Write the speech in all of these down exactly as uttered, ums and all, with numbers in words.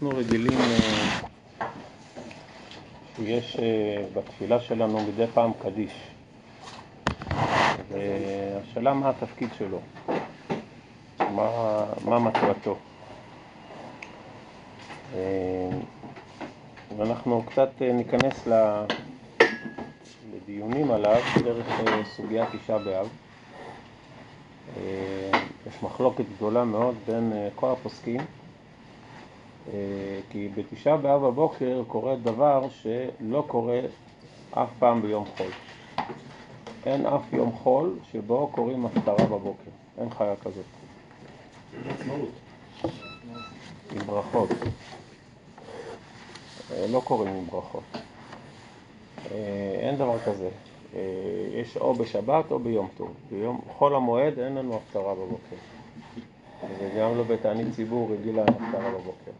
אנחנו רגילים שיש בתפילה שלנו מדי פעם קדיש, והשאלה מה התפקיד שלו, מה, מה מטרתו. ואנחנו קצת ניכנס לדיונים עליו דרך סוגיית תשעה באב. יש מחלוקת גדולה מאוד בין כל הפוסקים, כי בתשעה באב בבוקר קורה דבר שלא קורה אף פעם ביום חול. אין אף יום חול שבו קוראים הפטרה בבוקר, אין חיה כזאת. עם ברכות. לא קוראים עם ברכות. אין דבר כזה. יש או בשבת או ביום טוב. ביום חול המועד אין לנו הפטרה בבוקר. וגם לא בתענית ציבור רגילה הפטרה בבוקר.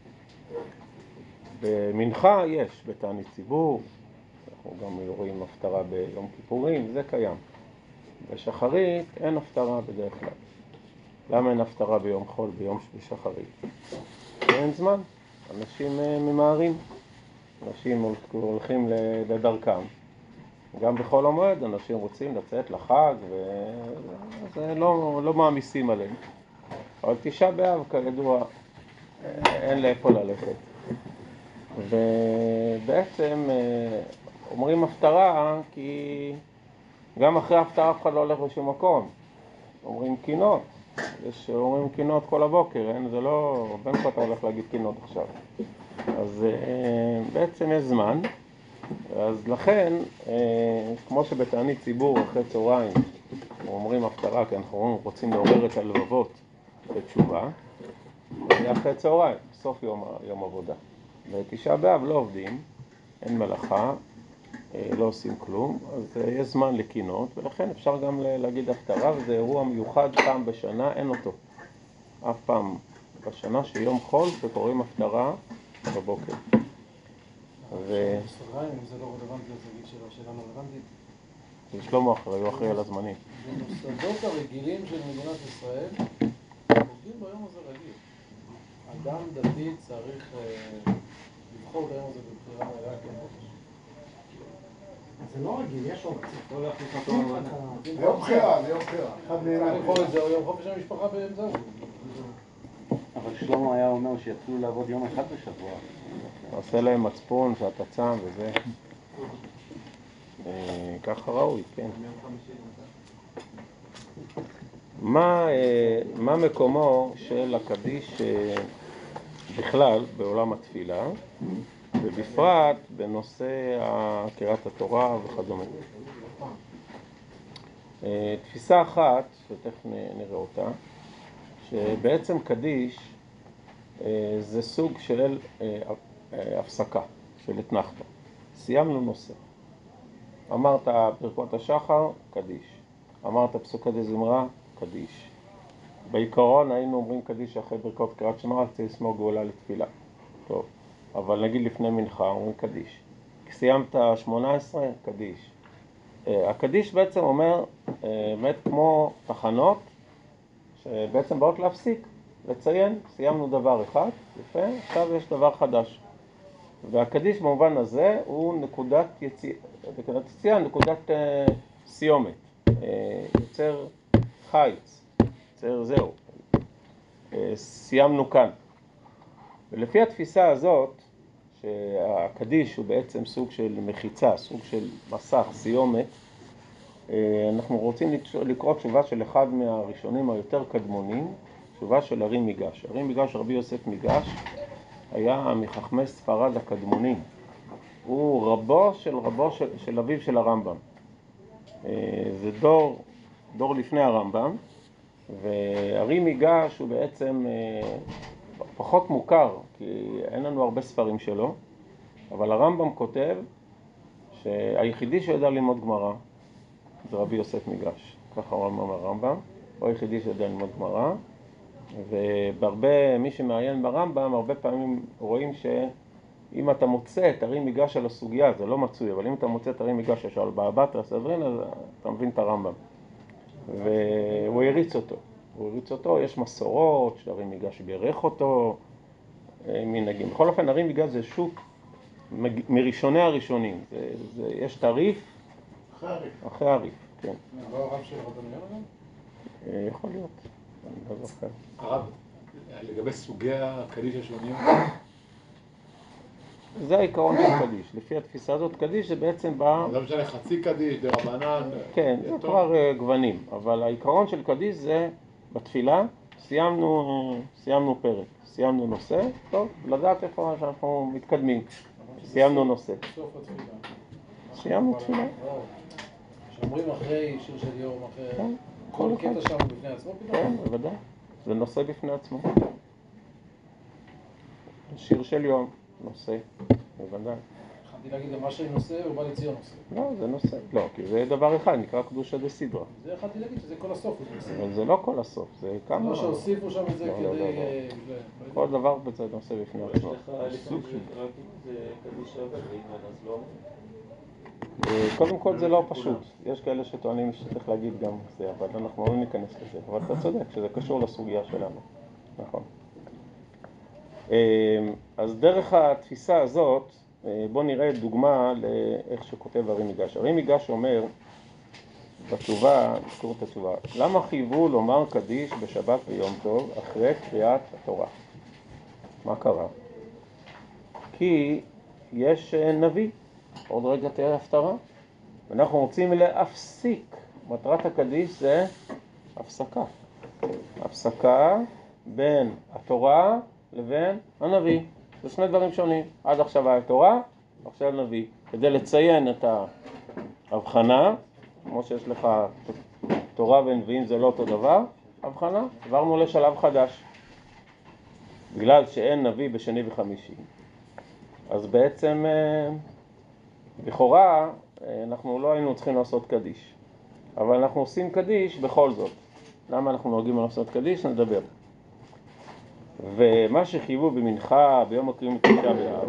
במנחה יש בתענית ציבור, אנחנו גם רואים הפטרה ביום כיפורים, זה קיים. בשחרית אין הפטרה בדרך כלל. למה אין הפטרה ביום חול, ביום בשחרית? אין זמן, אנשים ממהרים, אנשים הולכים לדרכם. גם בחול המועד אנשים רוצים לצאת לחג, וזה לא, לא מעמיסים עליהם. אבל תשעה באב כידוע אין לאיפה ללכת. ובעצם אומרים הפטרה כי גם אחרי הפטרה אף אחד לא הולך לשום מקום. אומרים קינות, יש אומרים קינות כל הבוקר, אין? זה לא, בין כה אתה הולך להגיד קינות עכשיו. אז בעצם יש זמן, אז לכן, כמו שבתענית ציבור אחרי צהריים אומרים הפטרה, כי אנחנו רוצים לעורר את הלבבות בתשובה, זה אחרי צהריים, בסוף יום, יום עבודה. בתשעה באב לא עובדים, אין מלאכה, לא עושים כלום, אז יש זמן לקינות, ולכן אפשר גם להגיד הפטרה, וזה אירוע מיוחד פעם בשנה, אין אותו. אף פעם בשנה שיום חול שקוראים הפטרה בבוקר. ו... בסוגריים, אם זה לא רלוונטי, אז נגיד שלא, שאלה רלוונטית. זה שלמה אחרי, הוא אחרי על הזמנים. במוסדות הרגילים של מדינת ישראל, עובדים ביום הזה רגיל. אדם דתי צריך לבחור ביום הזה בבחירה מלאה כחופש. זה לא רגיל, יש אופציה. לא להחליף אותו. זה יום בחירה, זה יום בחירה. אחד מאלה. לבחור את זה או יום חופש המשפחה באמצע. אבל שלמה היה אומר שיתחילו לעבוד יום אחד בשבוע. עושה להם מצפון שאתה צם וזה. ככה ראוי, כן. מה, מה מקומו של הקדיש בכלל בעולם התפילה, ובפרט בנושא קריאת התורה וכדומה. תפיסה אחת, שתכף נראה אותה, שבעצם קדיש זה סוג של הפסקה, של התנחתה. סיימנו נושא. אמרת ברכות השחר, קדיש. אמרת פסוקי דזמרה, קדיש. בעיקרון היינו אומרים קדיש אחרי ברכות קריאת שמע, צריך לשמור גאולה לתפילה. טוב, אבל נגיד לפני מנחה אומרים קדיש. סיימת שמונה עשרה, קדיש. הקדיש בעצם אומר, באמת כמו תחנות, שבעצם באות להפסיק, לציין, סיימנו דבר אחד, יפה, עכשיו יש דבר חדש. והקדיש במובן הזה הוא נקודת יציאה, נקודת יציאה, נקודת uh, סיומת, uh, יוצר חיץ, יוצר זהו, uh, סיימנו כאן. ולפי התפיסה הזאת, שהקדיש הוא בעצם סוג של מחיצה, סוג של מסך, סיומת, uh, אנחנו רוצים לקרוא תשובה של אחד מהראשונים היותר קדמונים, תשובה של ארי מיגש. ארי מיגש, רבי יוסף מיגש, היה מחכמי ספרד הקדמונים. הוא רבו של רבו של, של אביו של הרמב"ם. זה דור, דור לפני הרמב"ם, וארי מיגש הוא בעצם פחות מוכר, כי אין לנו הרבה ספרים שלו, אבל הרמב"ם כותב שהיחידי שיודע ללמוד גמרא זה רבי יוסף מיגש. ככה אומר הרמב"ם, הוא היחידי שיודע ללמוד גמרא, ובהרבה, מי שמעיין ברמב"ם, הרבה פעמים רואים שאם אתה מוצא את ארי מיגש על הסוגיה, זה לא מצוי, אבל אם אתה מוצא את ארי מיגש שעל בעבתרא סברין, אז אתה מבין את הרמב"ם. והוא הריץ אותו. הוא הריץ אותו, יש מסורות, שארי מיגש בירך אותו, מנהגים. בכל אופן, הרים וגז זה שוק מג... מראשוני הראשונים. זה, זה, יש תעריף אחרי הריף. אחרי הריף, כן. לא הרב של רבניון גם? אה, יכול להיות, אני לא זוכר. הרב, לגבי סוגי הקדיש השונים, זה העיקרון של קדיש. לפי התפיסה הזאת, קדיש זה בעצם בא... לא משנה חצי קדיש, דרבנן, כן, זה כבר אה, גוונים, אבל העיקרון של קדיש זה בתפילה, סיימנו, סיימנו פרק, סיימנו נושא, טוב, לדעת איפה שאנחנו מתקדמים, סיימנו נושא. סוף התפילה. סיימנו תפילה. לא. שאומרים אחרי שיר של יום, אחרי... כן, כל כל אחד. קטע שם בפני עצמו פתאום? כן, בוודאי. זה נושא בפני עצמו. שיר של יום, נושא, בוודאי. יכולתי להגיד גם מה שאני נושא, הוא בא לציון נושא. לא, זה נושא. לא, כי זה דבר אחד, נקרא קדושה דה סידרה. זה יכולתי להגיד שזה כל הסוף. הוא נושא. אבל זה לא כל הסוף, זה כמה... לא שהוסיפו שם את זה לא, כדי... לא, לא, לא. אה, זה- כל דבר בזה נושא בפני יש עצמו. לך לפעמים רק זה קדיש אבל ואם אז לא אה, קודם כל זה לא פשוט, יש כאלה שטוענים שצריך להגיד גם זה, אבל אנחנו לא ניכנס לזה, אבל אתה צודק שזה קשור לסוגיה שלנו, נכון. אה, אז דרך התפיסה הזאת, אה, בוא נראה דוגמה לאיך שכותב הרי מיגש. הרי מיגש אומר בתשובה, נזכור את התשובה, למה חייבו לומר קדיש בשבת ויום טוב אחרי קריאת התורה? מה קרה? כי יש נביא, עוד רגע תהיה הפטרה, ואנחנו רוצים להפסיק. מטרת הקדיש זה הפסקה. הפסקה בין התורה לבין הנביא. זה שני דברים שונים. עד עכשיו היה תורה, עכשיו נביא. כדי לציין את ההבחנה, כמו שיש לך תורה ונביאים זה לא אותו דבר, הבחנה, עברנו לשלב חדש. בגלל שאין נביא בשני וחמישי. אז בעצם, לכאורה, אנחנו לא היינו צריכים לעשות קדיש. אבל אנחנו עושים קדיש בכל זאת. למה אנחנו נוהגים לעשות קדיש? נדבר. ומה שחייבו במנחה, ביום הקריאים תשעה באב,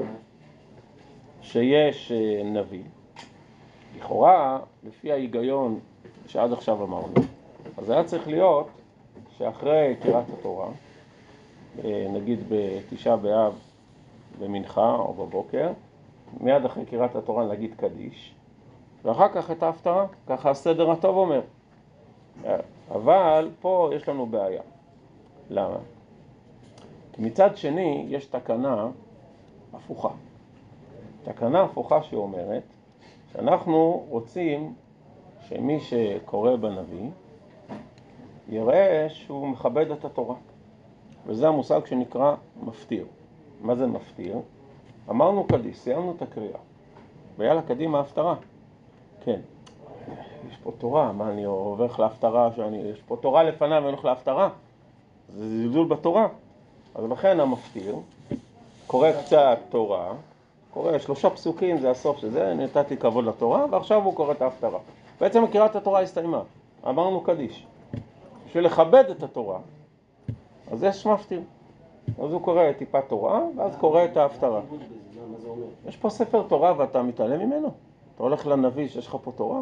שיש נביא. לכאורה, לפי ההיגיון שעד עכשיו אמרנו, אז היה צריך להיות שאחרי קריאת התורה, נגיד בתשעה באב, במנחה או בבוקר, מיד אחרי קריאת התורה נגיד קדיש, ואחר כך את ההפטרה, ככה הסדר הטוב אומר. אבל פה יש לנו בעיה. למה? כי מצד שני יש תקנה הפוכה. תקנה הפוכה שאומרת שאנחנו רוצים שמי שקורא בנביא יראה שהוא מכבד את התורה. וזה המושג שנקרא מפטיר. מה זה מפטיר? אמרנו קדיש, סיימנו את הקריאה. ויאללה, קדימה, ההפטרה. כן. יש פה תורה, מה אני עובר להפטרה, שאני, יש פה תורה לפניו ואני הולך להפטרה? זה זלזול בתורה. אז לכן המפטיר קורא קצת תורה, קורא שלושה פסוקים, זה הסוף של זה, נתתי כבוד לתורה, ועכשיו הוא קורא את ההפטרה. בעצם קריאת התורה הסתיימה. אמרנו קדיש. בשביל לכבד את התורה, אז יש מפטיר. אז הוא קורא טיפה תורה, ואז קורא את ההפטרה. יש פה ספר תורה ואתה מתעלם ממנו. אתה הולך לנביא שיש לך פה תורה.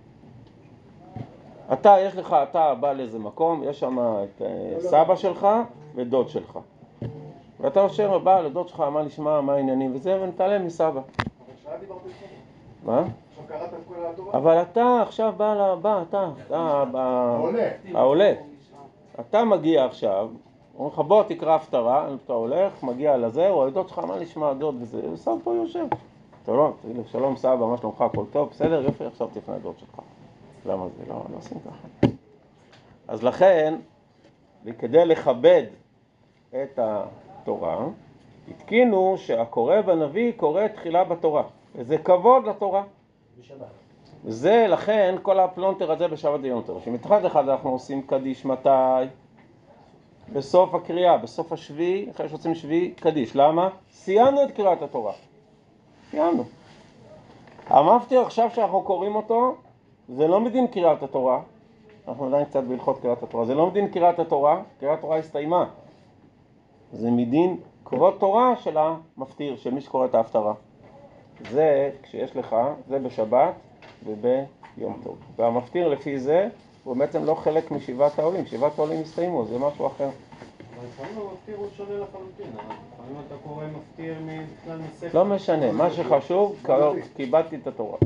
אתה, יש לך, אתה בא לאיזה מקום, יש שם את סבא שלך ודוד שלך. ואתה יושב, בא לדוד שלך, מה נשמע, מה העניינים וזה, ונתעלם מסבא. אבל שעה דיברת איתו? מה? עכשיו קראת את כל התורה? אבל אתה עכשיו בא, בא, אתה, אתה, העולה. העולה. אתה מגיע עכשיו, אומר לך בוא תקרא הפטרה, אתה הולך, מגיע לזה, או הדוד שלך, מה נשמע הדוד וזה, וסבא פה יושב. אתה לא, תגיד לו, שלום סבא, מה שלומך, הכל טוב, בסדר, יופי, עכשיו תפנה הדוד שלך. למה זה? לא, לא עושים ככה. אז לכן, וכדי לכבד את התורה, התקינו שהקורא בנביא קורא תחילה בתורה. וזה כבוד לתורה. בשבת. זה לכן כל הפלונטר הזה בשבת ויום טוב. שמתחת אחד אנחנו עושים קדיש מתי? בסוף הקריאה, בסוף השביעי, אחרי שעושים שביעי, קדיש. למה? סיימנו את קריאת התורה. סיימנו. המפטיר עכשיו שאנחנו קוראים אותו, זה לא מדין קריאת התורה. אנחנו עדיין קצת בהלכות קריאת התורה. זה לא מדין קריאת התורה, קריאת התורה הסתיימה. זה מדין כבוד תורה של המפטיר, של מי שקורא את ההפטרה. זה, כשיש לך, זה בשבת וביום טוב. והמפטיר לפי זה, הוא בעצם לא חלק משבעת העולים. שבעת העולים הסתיימו, זה משהו אחר. אבל לפעמים המפטיר הוא שונה לחלוטין, לפעמים אתה קורא מפטיר בכלל מספר. לא משנה, מה שחשוב, קיבלתי את התורה.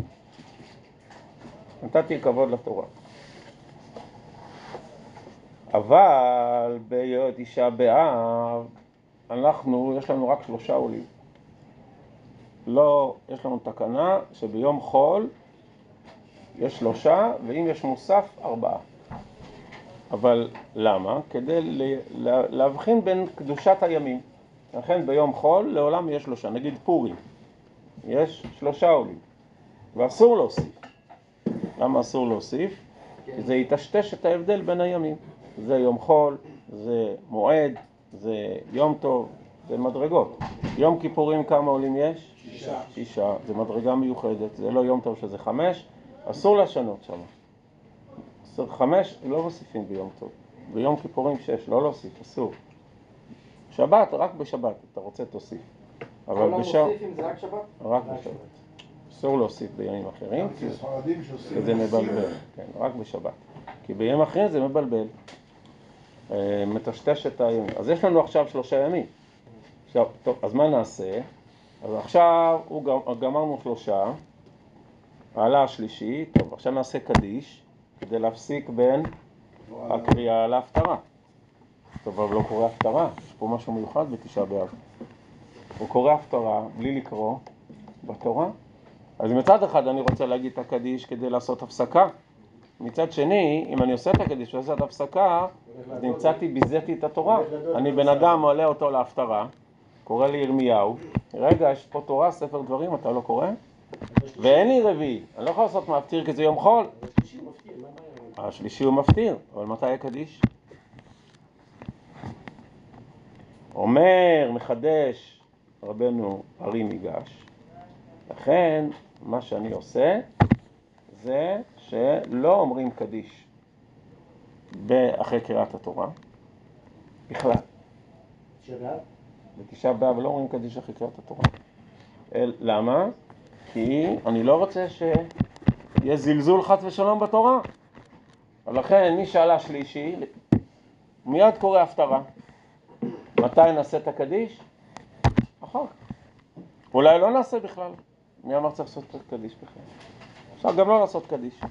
נתתי כבוד לתורה. אבל בתשעה באב, אנחנו, יש לנו רק שלושה עולים. לא, יש לנו תקנה שביום חול יש שלושה, ואם יש מוסף, ארבעה. אבל למה? כדי להבחין בין קדושת הימים. לכן ביום חול לעולם יש שלושה. נגיד פורים, יש שלושה עולים, ואסור להוסיף. למה אסור להוסיף? כי זה יטשטש את ההבדל בין הימים. זה יום חול, זה מועד, זה יום טוב, זה מדרגות. יום כיפורים כמה עולים יש? שישה. שישה, זה מדרגה מיוחדת, זה לא יום טוב שזה חמש, אסור לשנות שם. חמש לא מוסיפים ביום טוב, ביום כיפורים שש, לא להוסיף, אסור. שבת, רק בשבת, אתה רוצה תוסיף. כל המוסיפים זה רק שבת? רק בשבת. אסור להוסיף בימים אחרים, כי זה מבלבל, כן, רק בשבת. כי בימים אחרים זה מבלבל, מטשטש את הימים. אז יש לנו עכשיו שלושה ימים. עכשיו, טוב, אז מה נעשה? אז עכשיו הוא גמרנו שלושה, העלה השלישי, טוב, עכשיו נעשה קדיש, כדי להפסיק בין הקריאה להפטרה. טוב, אבל לא קורא הפטרה, יש פה משהו מיוחד בתשעה באב. הוא קורא הפטרה בלי לקרוא בתורה. אז מצד אחד אני רוצה להגיד את הקדיש כדי לעשות הפסקה. מצד שני, אם אני עושה את הקדיש ועושה את הפסקה, אז נמצאתי, ביזיתי את התורה. אני בן אדם עולה אותו להפטרה, קורא לי ירמיהו, רגע, יש פה תורה, ספר דברים, אתה לא קורא? ואין לי רביעי, אני לא יכול לעשות מפטיר כי זה יום חול. השלישי הוא מפטיר, אבל מתי הקדיש? אומר, מחדש, רבנו הרי מיגש, לכן מה שאני עושה זה שלא אומרים קדיש אחרי קריאת התורה בכלל. בתשעה באב לא אומרים קדיש אחרי קריאת התורה. למה? כי אני לא רוצה שיהיה זלזול חס ושלום בתורה. ולכן מי שעלה שלישי מיד קורא הפטרה. מתי נעשה את הקדיש? אחר כך. אולי לא נעשה בכלל. מי אמר צריך לעשות את הקדיש בכלל? אפשר גם לא לעשות קדיש.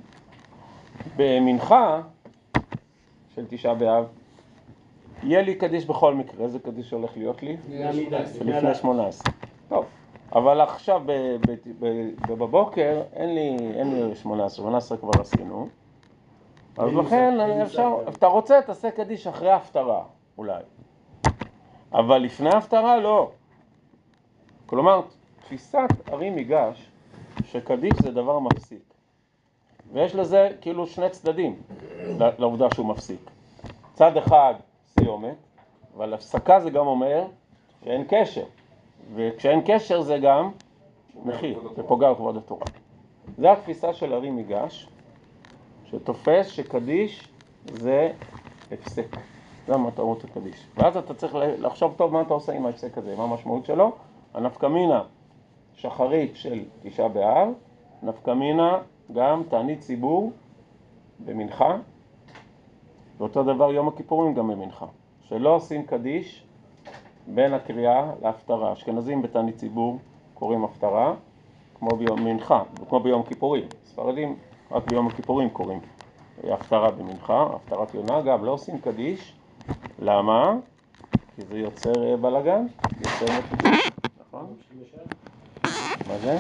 במנחה של תשעה באב יהיה לי קדיש בכל מקרה. איזה קדיש הולך להיות לי? לפני שמונה עשרה. טוב, אבל עכשיו בבוקר אין לי, אין לי שמונה עשרה, שמונה עשרה כבר עשינו. אז לכן אפשר, אתה רוצה תעשה קדיש אחרי ההפטרה אולי. אבל לפני ההפטרה לא. כלומר, תפיסת הרי מיגש שקדיש זה דבר מפסיק. ויש לזה כאילו שני צדדים לעובדה שהוא מפסיק. צד אחד סיומת, אבל הפסקה זה גם אומר שאין קשר. וכשאין קשר זה גם מחיר, זה פוגע בכבוד התורה. זו התפיסה של הרי מיגש, שתופס שקדיש זה הפסק. זה המטרות הקדיש. ואז אתה צריך לחשוב טוב מה אתה עושה עם ההפסק הזה, מה המשמעות שלו. הנפקמינה שחרית של תשעה באב, נפקמינה גם תענית ציבור במנחה, ואותו דבר יום הכיפורים גם במנחה. שלא עושים קדיש בין הקריאה להפטרה. אשכנזים בתענית ציבור קוראים הפטרה, כמו ביום מנחה, כמו ביום כיפורים. ספרדים רק ביום הכיפורים קוראים הפטרה במנחה, הפטרת יונה. אגב, לא עושים קדיש. למה? כי זה יוצר בלגן, יוצר מפוצה. נכון? מה זה?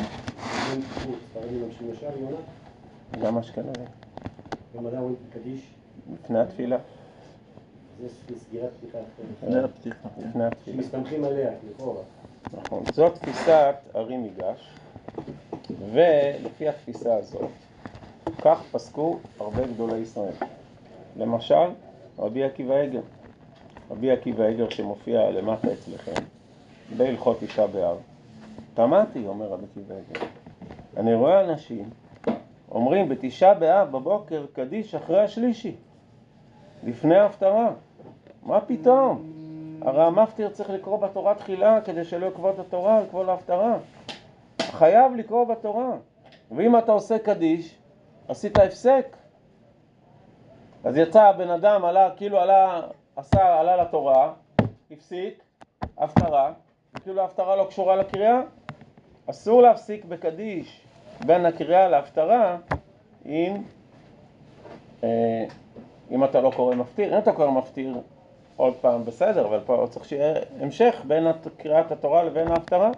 גם אשכנזים. ומדע רואים קדיש? לפני התפילה. זה סגירת פתיחה אחרת. לפני הפתיחה, לפני התפילה. שמסתמכים עליה, לכאורה. נכון, זאת תפיסת הרי מיגש, ולפי התפיסה הזאת, כך פסקו הרבה גדולי ישראל. למשל, רבי עקיבא אגר. רבי עקיבא אגר שמופיע למטה אצלכם, בהלכות תשעה באב. תמהתי, אומר רבי עקיבא אגר. אני רואה אנשים אומרים בתשעה באב בבוקר קדיש אחרי השלישי, לפני ההפטרה. מה פתאום? הרי המפטיר צריך לקרוא בתורה תחילה כדי שלא יקבוא את התורה, יקבוא להפטרה. חייב לקרוא בתורה. ואם אתה עושה קדיש, עשית הפסק. אז יצא הבן אדם, עלה, כאילו עלה עשה, עלה לתורה, הפסיק, הפטרה, כאילו ההפטרה לא קשורה לקריאה, אסור להפסיק בקדיש בין הקריאה להפטרה אם, אה, אם אתה לא קורא מפטיר. אם אתה קורא מפטיר עוד פעם בסדר, אבל פה צריך שיהיה המשך בין קריאת התורה לבין ההפטרה.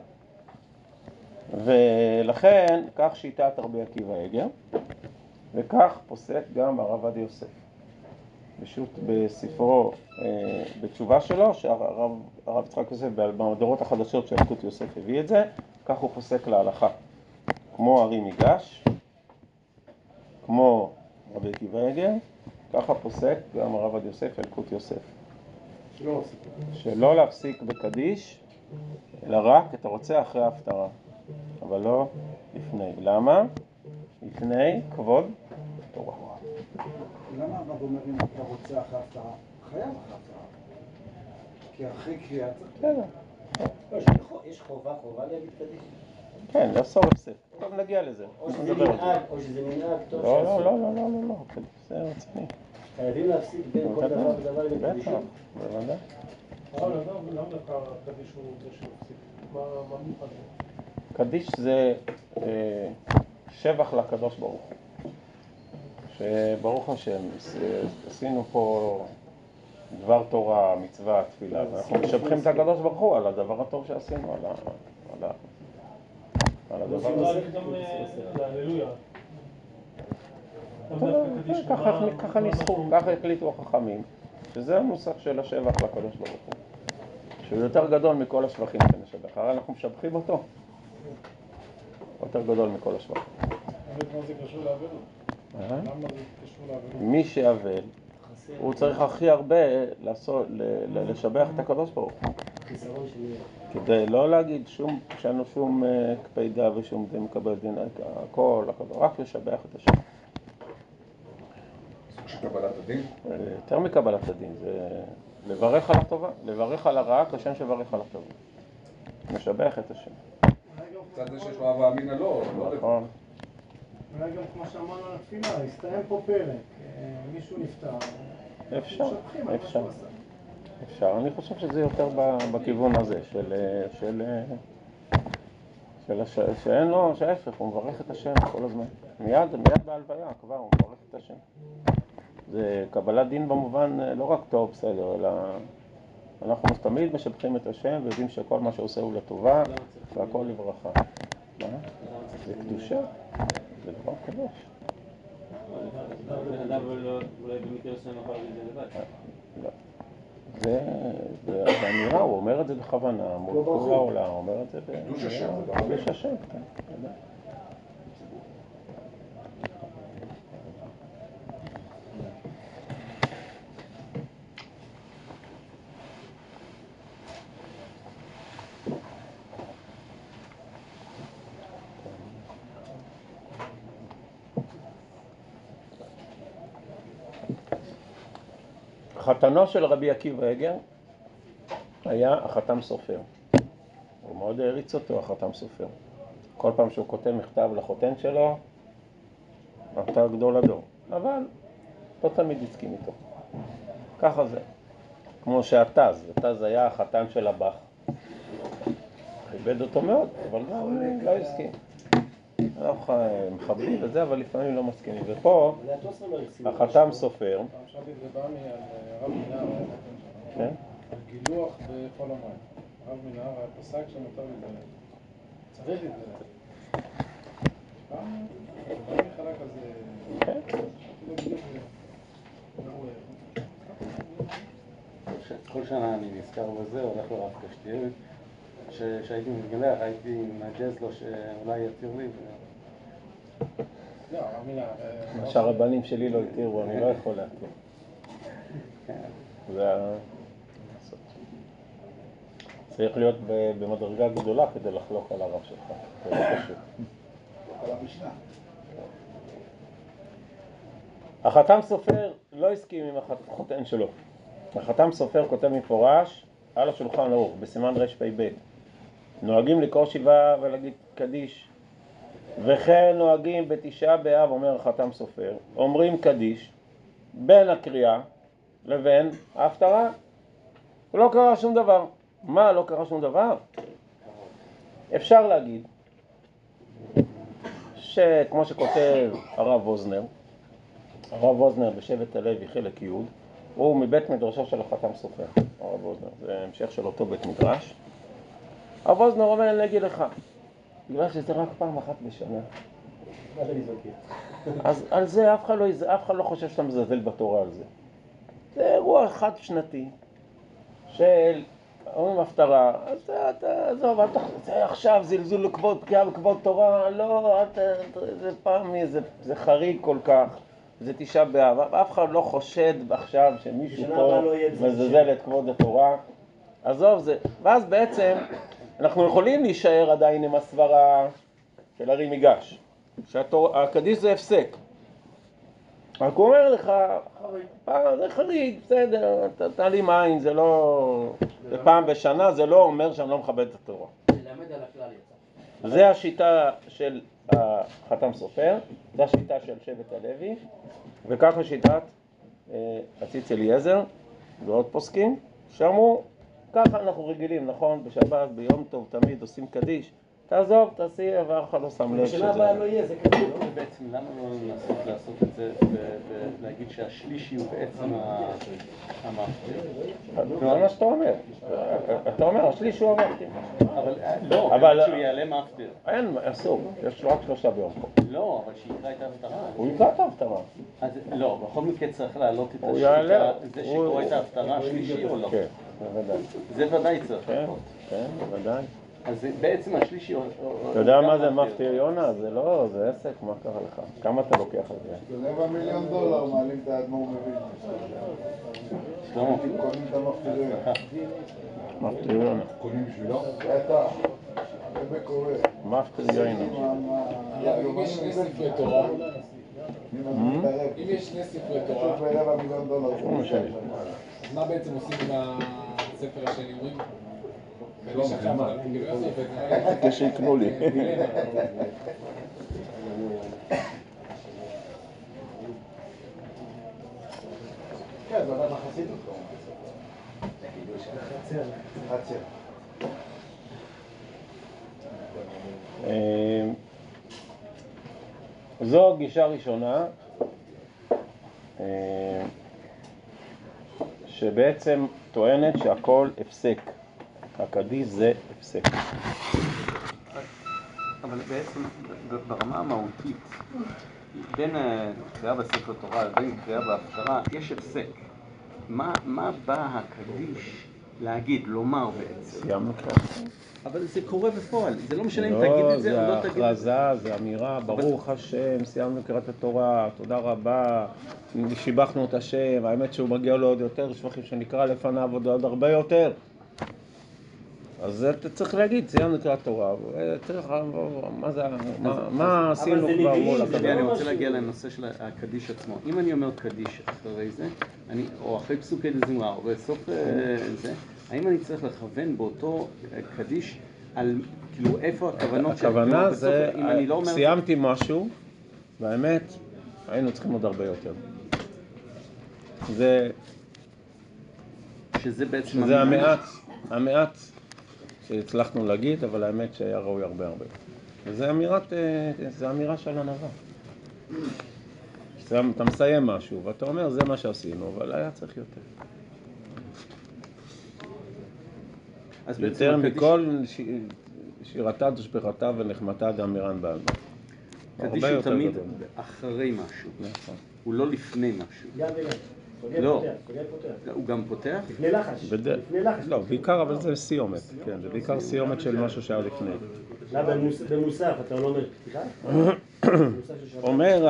ולכן כך שיטת רבי עקיבא איגר, וכך פוסק גם הרב עובדיה יוסף. פשוט בספרו, אה, בתשובה שלו, שהרב הרב יצחק יוסף במהדורות החדשות של ילקוט יוסף הביא את זה, כך הוא פוסק להלכה. כמו ארי מיגש, כמו רבי עקיבא איגר, ככה פוסק גם הרב עובדיה יוסף ילקוט יוסף. שלא שלא להפסיק בקדיש, אלא רק אתה רוצה אחרי ההפטרה, אבל לא לפני. למה? לפני כבוד תורה. למה הרב אומר אם אתה רוצה אחרי ההפטרה? חייב אחרי ההפטרה. כי אחרי קריאה צריך... בסדר. יש חובה, חובה להגיד קדיש? כן, לאסור הפסק. טוב, נגיע לזה. או שזה מנהג, או שזה מנהג טוב לא, שעשו. לא, לא, לא, לא, לא, זה רציני. חייבים להפסיק בין כל דבר ודבר לקדישים? בטח, בוודאי. אבל למה דווקא קדיש הוא זה שמפסיק? מה מיוחד זה? קדיש זה אה, שבח לקדוש ברוך הוא. שברוך השם, עשינו פה דבר תורה, מצווה, תפילה, ואנחנו משבחים את הקדוש ברוך הוא על הדבר הטוב שעשינו, על, ה, על, ה, על הדבר הזה. גם להללויה. ככה ניסחו, ככה החליטו החכמים, שזה הנוסח של השבח לקדוש ברוך הוא, שהוא יותר גדול מכל השבחים שנשבח. הרי אנחנו משבחים אותו, יותר גדול מכל השבחים. מה זה קשור לאבלות? למה זה קשור לאבלות? מי שאבל, הוא צריך הכי הרבה לעשות, לשבח את הקדוש ברוך הוא. כדי לא להגיד שום, שאנו שום קפידה ושום דין מקבל דין, הכל, רק לשבח את השם. סוג של קבלת הדין? יותר מקבלת הדין, זה לברך על הטובה, לברך על הרעה כשם שברך על הטובה. משבח את השם. קצת זה שיש לו אבא אמינא לא, לא נכון. אולי גם כמו שאמרנו על התפילה, הסתיים פה פרק, מישהו נפטר. אפשר, אפשר. אפשר. אני חושב שזה יותר בכיוון הזה, של, של, של, של שאין לו, שההפך, הוא מברך את השם כל הזמן. מיד, מיד בהלוויה כבר הוא מברך את השם. זה קבלת דין במובן לא רק טוב, בסדר, אלא אנחנו תמיד משבחים את השם ויודעים שכל מה שעושה הוא לטובה והכל לברכה. מה? זה קדושה, זה דבר קדוש. בן אדם אולי במקרה עושה נוכל להגיד זה לבד. לא. זה, זה אמירה, הוא אומר את זה בכוונה, מול כל העולם, הוא אומר את זה קדוש השם, זה קדוש השם, כן, תודה. חתנו של רבי עקיבא איגר היה החתם סופר. הוא מאוד העריץ אותו, החתם סופר. כל פעם שהוא כותב מכתב לחותן שלו, אתה גדול הדור. אבל לא תמיד הסכים איתו. ככה זה. כמו שהתז, התז היה החתן של הבח. כיבד אותו מאוד, אבל גם לא הסכים. אנחנו מכבדים וזה, אבל לפעמים לא מסכימים. ופה, החתם סופר, חשבתי זה בא מהרב מנהר, כן? על גילוח בחול המים. הרב מנהר היה פסק שמותר להתגלח. צריך להתגלח. פעם, זה בא מחלק הזה... כן. חשבתי לא בדיוק זה... כל שנה אני נזכר בזה, הולך לרב קשתיאל, שהייתי מתגלח, הייתי מנג'ז לו שאולי יתיר לי. לא, הרב מנהר... מה שהרבנים שלי לא התירו, אני לא יכול להתיר. זה ה... צריך להיות במדרגה גדולה כדי לחלוק על הרב שלך. זה לא פשוט. על המשנה. החתם סופר לא הסכים עם החותן שלו. החתם סופר כותב מפורש על השולחן ערוך, בסימן רפ"ב. נוהגים לקרוא שבעה ולהגיד קדיש, וכן נוהגים בתשעה באב, אומר החתם סופר, אומרים קדיש בין הקריאה לבין ההפטרה. לא קרה שום דבר. מה לא קרה שום דבר? אפשר להגיד שכמו שכותב הרב ווזנר, הרב ווזנר בשבט הלוי חלק י', הוא מבית מדרשו של החתם סופר, הרב ווזנר, זה המשך של אותו בית מדרש. הרב ווזנר אומר, אני אגיד לך, בגלל שזה רק פעם אחת בשנה. אז על זה אף אחד לא, אף אחד לא חושב שאתה מזלזל בתורה על זה. זה אירוע חד שנתי של אומרים הפטרה, אז אתה, עזוב, זה עכשיו זלזול לכבוד, פגיעה בכבוד תורה, לא, זה פעם, זה, זה חריג כל כך, זה תשעה באב, אף אחד לא חושד עכשיו שמישהו פה מזלזל את כבוד התורה, עזוב זה, ואז בעצם אנחנו יכולים להישאר עדיין עם הסברה של הרי מיגש, שהקדיש זה הפסק. רק הוא אומר לך, זה חריג, בסדר, תעלים עין, זה לא, זה פעם בשנה, זה לא אומר שאני לא מכבד את התורה. ללמד על הכלל יצא. זה השיטה של החתם סופר, זה השיטה של שבט הלוי, וככה שיטת הציץ אליעזר ועוד פוסקים, שאמרו, ככה אנחנו רגילים, נכון? בשבת, ביום טוב, תמיד עושים קדיש, תעזוב, תעשי, ואף אחד לא שם לב שזה... בשנה הבאה לא יהיה, זה כזה, לא? בעצם למה לא לנסות לעשות את זה ולהגיד שהשלישי הוא בעצם המפטיר? זה מה שאתה אומר. אתה אומר, השלישי הוא המפטיר. אבל לא, אבל שהוא יעלה מפטיר. אין, אסור, יש לו רק שלושה ביום פה. לא, אבל שיקרא את ההפטרה. הוא יקרא את ההפטרה. אז לא, בכל מקרה צריך להעלות את יעלה. זה שקורא את ההפטרה השלישי או לא? כן, בוודאי. זה ודאי צריך. כן, כן, בוודאי. אז בעצם השלישי... אתה יודע מה זה מפטיר יונה? זה לא, זה עסק, מה קרה לך? כמה אתה לוקח על זה? רבע מיליון דולר מעלים את האדמו"ר מבין. שלמה. קונים את המפטירים. מפטיר יונה. קונים בשבילו? בטח. זה קורה. מפטיר יונה. אם יש שני ספרי תורה, אם אם יש שני ספרי תורה, ברבע מיליון דולר. אז מה בעצם עושים עם הספר השני? אומרים? קדיש עכשיו, כאילו איך זה עובד? כשיקנו לי. כן, זה עובד לחסידות. חצר. זו גישה ראשונה שבעצם טוענת שהכל הפסק, הקדיש זה הפסק. אבל בעצם ברמה המהותית בין קריאה בספר תורה לבין קריאה בהפטרה יש הפסק. מה, מה בא הקדיש להגיד, לומר בעצם? סיימנו כבר. אבל זה קורה בפועל, זה לא משנה אם תגיד את זה או לא תגיד את זה. זה הכרזה, זה אמירה, ברוך השם, סיימנו קריאת התורה, תודה רבה, שיבחנו את השם, האמת שהוא מגיע לו עוד יותר שבחים שנקרא לפניו עוד הרבה יותר. אז אתה צריך להגיד, סיימנו קריאת תורה, מה זה, מה עשינו כבר מול הקדוש? אני רוצה להגיע לנושא של הקדיש עצמו. אם אני אומר קדיש אחרי זה, או אחרי פסוקי דזמרה, או בסוף זה, האם אני צריך לכוון באותו קדיש על, כאילו, איפה הכוונות של... הכוונה זה, סיימתי משהו, והאמת, היינו צריכים עוד הרבה יותר. זה... שזה בעצם... שזה המעט, המעט שהצלחנו להגיד, אבל האמת שהיה ראוי הרבה הרבה. וזה אמירת, זה אמירה של ענווה. אתה מסיים משהו, ואתה אומר, זה מה שעשינו, אבל היה צריך יותר. יותר מכל שירתה דשבחתה ונחמתה דאמירן בעלמא. קדיש הוא תמיד אחרי משהו, הוא לא לפני משהו. לא, הוא גם פותח? לפני לחש. לפני לחש. לא, בעיקר, אבל זה סיומת. כן, זה בעיקר סיומת של משהו שהיה לפני. למה במוסף אתה לא אומר פתיחה? אומר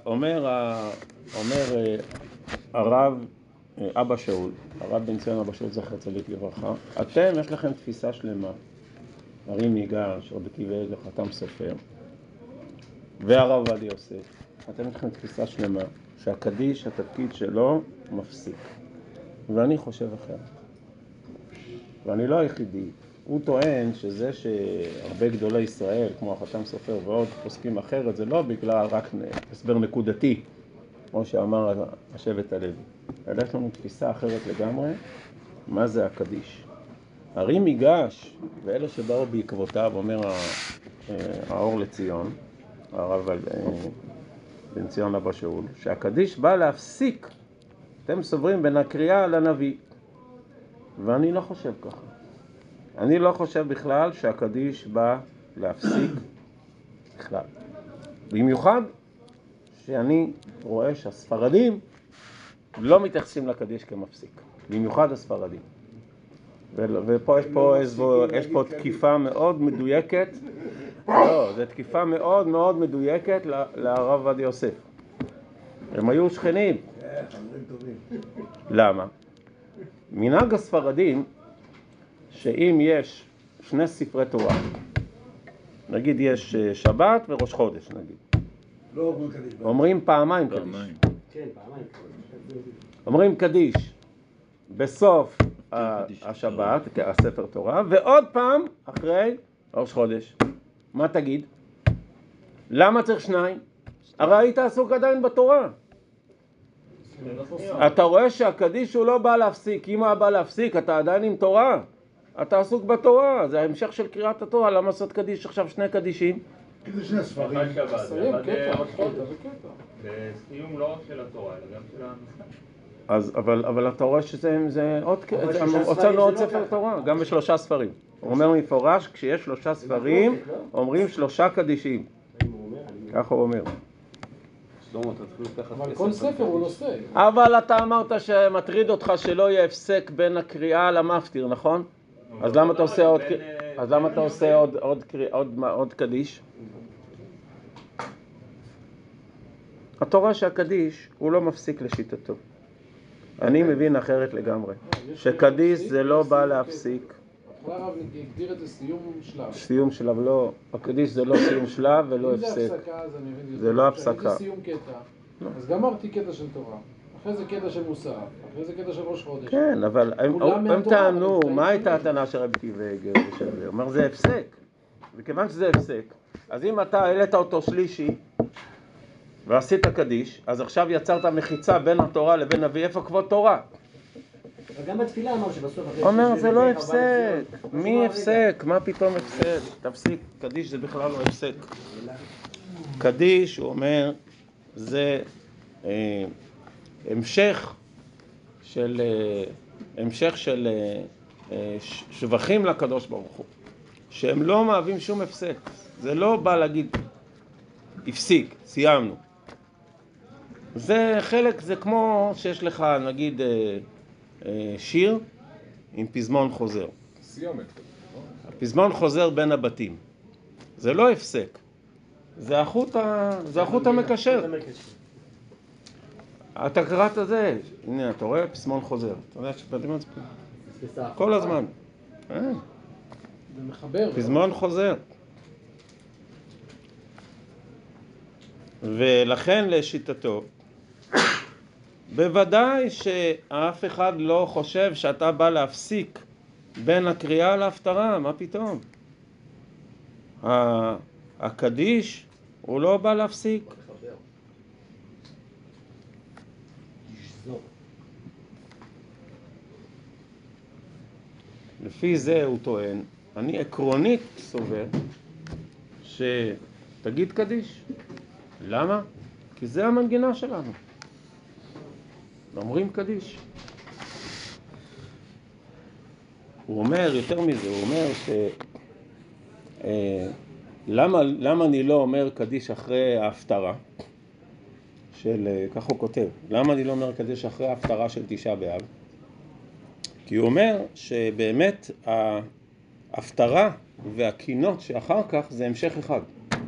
הרב אבא שאול, הרב בן ציון אבא שאול זכר צדיק לברכה, אתם יש לכם תפיסה שלמה, הרי מיגש, רבי עקיבא עזרא, חתם סופר, והרב עובדיה יוסף, אתם יש לכם תפיסה שלמה, שהקדיש, התפקיד שלו, מפסיק. ואני חושב אחרת. ואני לא היחידי. הוא טוען שזה שהרבה גדולי ישראל, כמו החתם סופר ועוד, פוסקים אחרת, זה לא בגלל רק הסבר נקודתי, כמו שאמר השבט הלוי. אלא יש לנו תפיסה אחרת לגמרי, מה זה הקדיש. הרי מיגש, ואלה שבאו בעקבותיו, אומר האור לציון, הרב בן ציון אבא שאול, שהקדיש בא להפסיק, אתם סוברים, בין הקריאה לנביא. ואני לא חושב ככה. אני לא חושב בכלל שהקדיש בא להפסיק בכלל. במיוחד שאני רואה שהספרדים לא מתייחסים לקדיש כמפסיק. במיוחד הספרדים. ופה יש פה, יש פה תקיפה מאוד מדויקת. לא, זו תקיפה מאוד מאוד מדויקת לרב עובדיה יוסף. הם היו שכנים. למה? מנהג הספרדים, שאם יש שני ספרי תורה, נגיד יש שבת וראש חודש, נגיד. לא אומרים קדיש. אומרים פעמיים קדיש. כן, פעמיים. אומרים קדיש בסוף השבת, הספר תורה, ועוד פעם אחרי ראש חודש. מה תגיד? למה צריך שניים? הרי היית עסוק עדיין בתורה. אתה רואה שהקדיש הוא לא בא להפסיק. אם הוא בא להפסיק, אתה עדיין עם תורה. אתה עסוק בתורה. זה ההמשך של קריאת התורה. למה לעשות קדיש עכשיו שני קדישים? כי זה שני ספרים. סיים קטע, בסיום לא רק של התורה, אלא גם של המסע. אז, אבל, אבל אתה רואה שזה עוד, הוצאנו עוד ספר תורה, גם בשלושה ספרים. הוא אומר מפורש, כשיש שלושה ספרים, אומרים שלושה קדישים. ככה הוא אומר. אבל כל ספר הוא נושא. אבל אתה אמרת שמטריד אותך שלא יהיה הפסק בין הקריאה למפטיר, נכון? אז למה אתה עושה עוד, אז למה אתה עושה עוד, עוד, עוד, עוד קדיש? אתה רואה שהקדיש הוא לא מפסיק לשיטתו. אני מבין אחרת לגמרי. שקדיש זה לא בא להפסיק. אחלה הרב הגדיר את זה סיום שלב. סיום שלב, לא. הקדיש זה לא סיום שלב ולא הפסק. אם זה הפסקה, אז אני מבין. זה לא הפסקה. זה סיום קטע. אז גמרתי קטע של תורה. אחרי זה קטע של מוסר. אחרי זה קטע של ראש חודש. כן, אבל הם טענו, מה הייתה הטענה של רבי עקיבא ושל זה? הוא אומר, זה הפסק. וכיוון שזה הפסק, אז אם אתה העלית אותו שלישי, ועשית קדיש, אז עכשיו יצרת מחיצה בין התורה לבין נביא, איפה כבוד תורה? אבל גם בתפילה אמר שבסוף... אומר, זה לא הפסק. מי הפסק? מה פתאום הפסק? תפסיק, קדיש זה בכלל לא הפסק. קדיש, הוא אומר, זה אה, המשך של, אה, המשך של אה, אה, שבחים לקדוש ברוך הוא, שהם לא מהווים שום הפסק. זה לא בא להגיד, הפסיק, סיימנו. זה חלק, זה כמו שיש לך, נגיד, אה, אה, שיר עם פזמון חוזר. סיומת. הפזמון חוזר בין הבתים. זה לא הפסק. זה החוט, ה... זה החוט המקשר. אתה קראת זה, הנה, אתה רואה פזמון חוזר. אתה יודע שבתים את זה כל הזמן. זה מחבר. פזמון חוזר. ולכן לשיטתו, בוודאי שאף אחד לא חושב שאתה בא להפסיק בין הקריאה להפטרה, מה פתאום? הקדיש הוא לא בא להפסיק. לפי זה הוא טוען, אני עקרונית סובר שתגיד קדיש. למה? כי זה המנגינה שלנו. אומרים קדיש. הוא אומר יותר מזה, הוא אומר ש... אה, למה, למה אני לא אומר קדיש אחרי ההפטרה? של, כך הוא כותב, למה אני לא אומר קדיש אחרי ההפטרה של תשעה באב? כי הוא אומר שבאמת ההפטרה והקינות שאחר כך זה המשך אחד.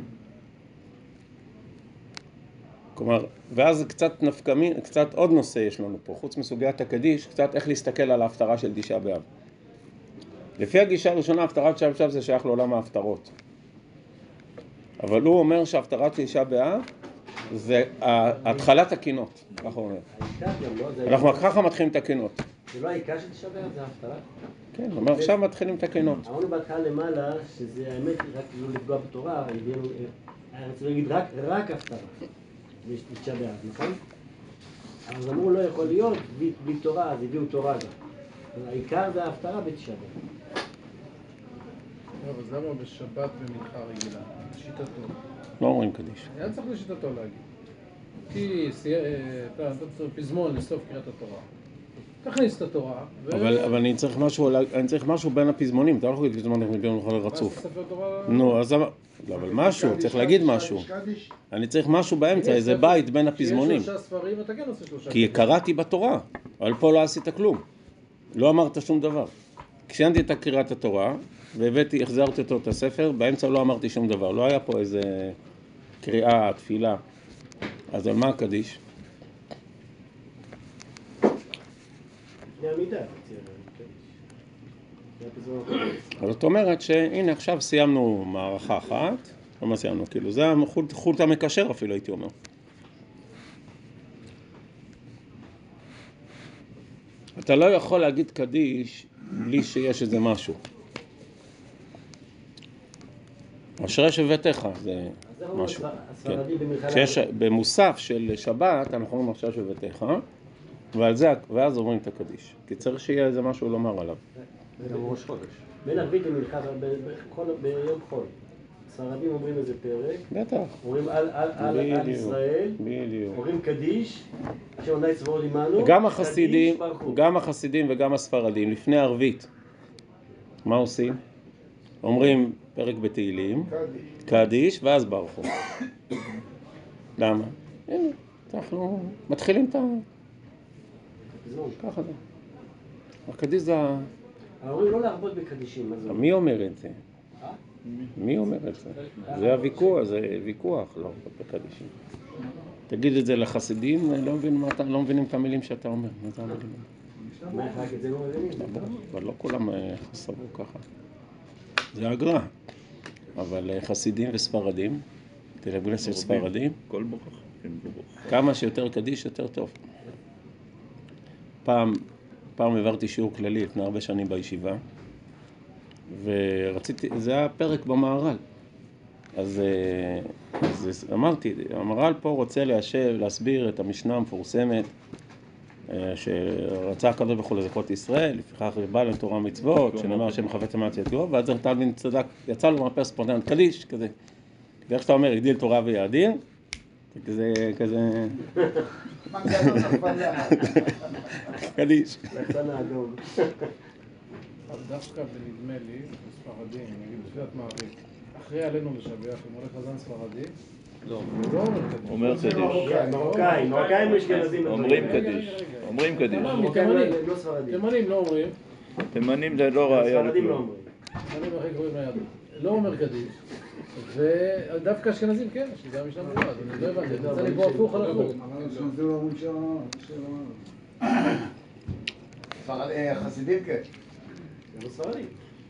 כלומר, ואז קצת נפקמין, קצת עוד נושא יש לנו פה, חוץ מסוגיית הקדיש, קצת איך להסתכל על ההפטרה של תשעה באב. לפי הגישה הראשונה, ההפטרת תשעה באב זה שייך לעולם ההפטרות. אבל הוא אומר שההפטרת תשעה באב זה התחלת הקינות, ככה הוא אומר. אנחנו ככה מתחילים את הקינות. זה לא העיקר של תשעה באב, זה ההפטרה? כן, הוא אומר, עכשיו מתחילים את הקינות. אמרנו בהתחלה למעלה, שזה האמת, רק לא לפגוע בתורה, אני רוצה להגיד רק הפטרה. יש תשעה באב, נכון? אז אמרו לא יכול להיות, בלי, בלי תורה, אז הביאו תורה גם. אבל העיקר זה ההפטרה בתשעה באב. אבל למה בשבת ומנחה רגילה? לשיטתו. לא אומרים קדיש. היה צריך לשיטתו להגיד. כי אתה נתת פזמון לסוף קריאת התורה. תכניס את התורה. אבל אבל אני צריך משהו, אני צריך משהו בין הפזמונים, אתה לא יכול להגיד פזמון רצוף. ספר תורה... נו, אז לא, אבל משהו, צריך להגיד משהו. אני צריך משהו באמצע, איזה בית בין הפזמונים. כשיש שלושה ספרים, אתה כן עושה שלושה. כי קראתי בתורה, אבל פה לא עשית כלום. לא אמרת שום דבר. כשאנתי את קריאת התורה, והבאתי, החזרתי אותו את הספר, באמצע לא אמרתי שום דבר. לא היה פה איזה קריאה, תפילה. אז על מה הקדיש? לפני המידה. אז זאת אומרת שהנה עכשיו סיימנו מערכה אחת, לא מה סיימנו, כאילו זה החוט, חוט המקשר אפילו הייתי אומר. אתה לא יכול להגיד קדיש בלי שיש איזה משהו. אשרי שובתך זה משהו. כן. כשיש במוסף של שבת אנחנו אומרים אשרי שובתך, ועל זה, ואז אומרים את הקדיש. כי צריך שיהיה איזה משהו לומר עליו. זה גם ראש חודש. בין ערבית למלכה ביום חול. ספרדים אומרים איזה פרק. בטח. אומרים על ישראל. בדיוק. אומרים קדיש. שעוני צבאות עמנו. גם החסידים, גם החסידים וגם הספרדים, לפני ערבית. מה עושים? אומרים פרק בתהילים, קדיש, ואז ברכו. למה? הנה, אנחנו מתחילים את ה... ככה זה. הקדיש זה... אומרים לא להרבות בקדישים. מי אומר את זה? מי אומר את זה? זה הוויכוח, זה ויכוח, לא בקדישים. תגיד את זה לחסידים, לא מבינים את המילים שאתה אומר. מה זה המילים? רק את זה לא מבינים. אבל לא כולם סברו ככה. זה הגר"א. אבל חסידים וספרדים, תלגלס של ספרדים, כל ברוך. כמה שיותר קדיש יותר טוב. פעם, פעם העברתי שיעור כללי לפני הרבה שנים בישיבה, ורציתי, זה היה פרק במהר"ל. אז, אז אמרתי, המהר"ל פה רוצה להשב, להסביר את המשנה המפורסמת, שרצה הקדוש ברוך הוא לזכות ישראל, לפיכך בא להם תורה ומצוות, שנאמר השם חפץ למען ידעו, ואז תלמיד צדק, יצא לו מהפה ספונטנט קדיש, כזה. ואיך שאתה אומר, הגדיל תורה ויאדיר, כזה, כזה... קדיש. דווקא בנדמה לי, בספרדים, נגיד בתפילת מעריב, אחרי עלינו לשבח, אם הולך חזן ספרדי, לא, הוא לא אומר קדיש. אומר קדיש. מרוקאים, מרוקאים אשכנזים. אומרים קדיש. אומרים קדיש. תימנים לא אומרים. תימנים זה לא ראיה. ספרדים לא אומרים. תימנים הכי גרועים ליהדות. לא אומר קדיש. ודווקא אשכנזים כן, שזה המשנה מיוחד, אני לא הבנתי, אני רוצה לקבוע הפוך על הפוך. אשכנזים לא אומרים שם... חסידים כן. זה לא ספרדים.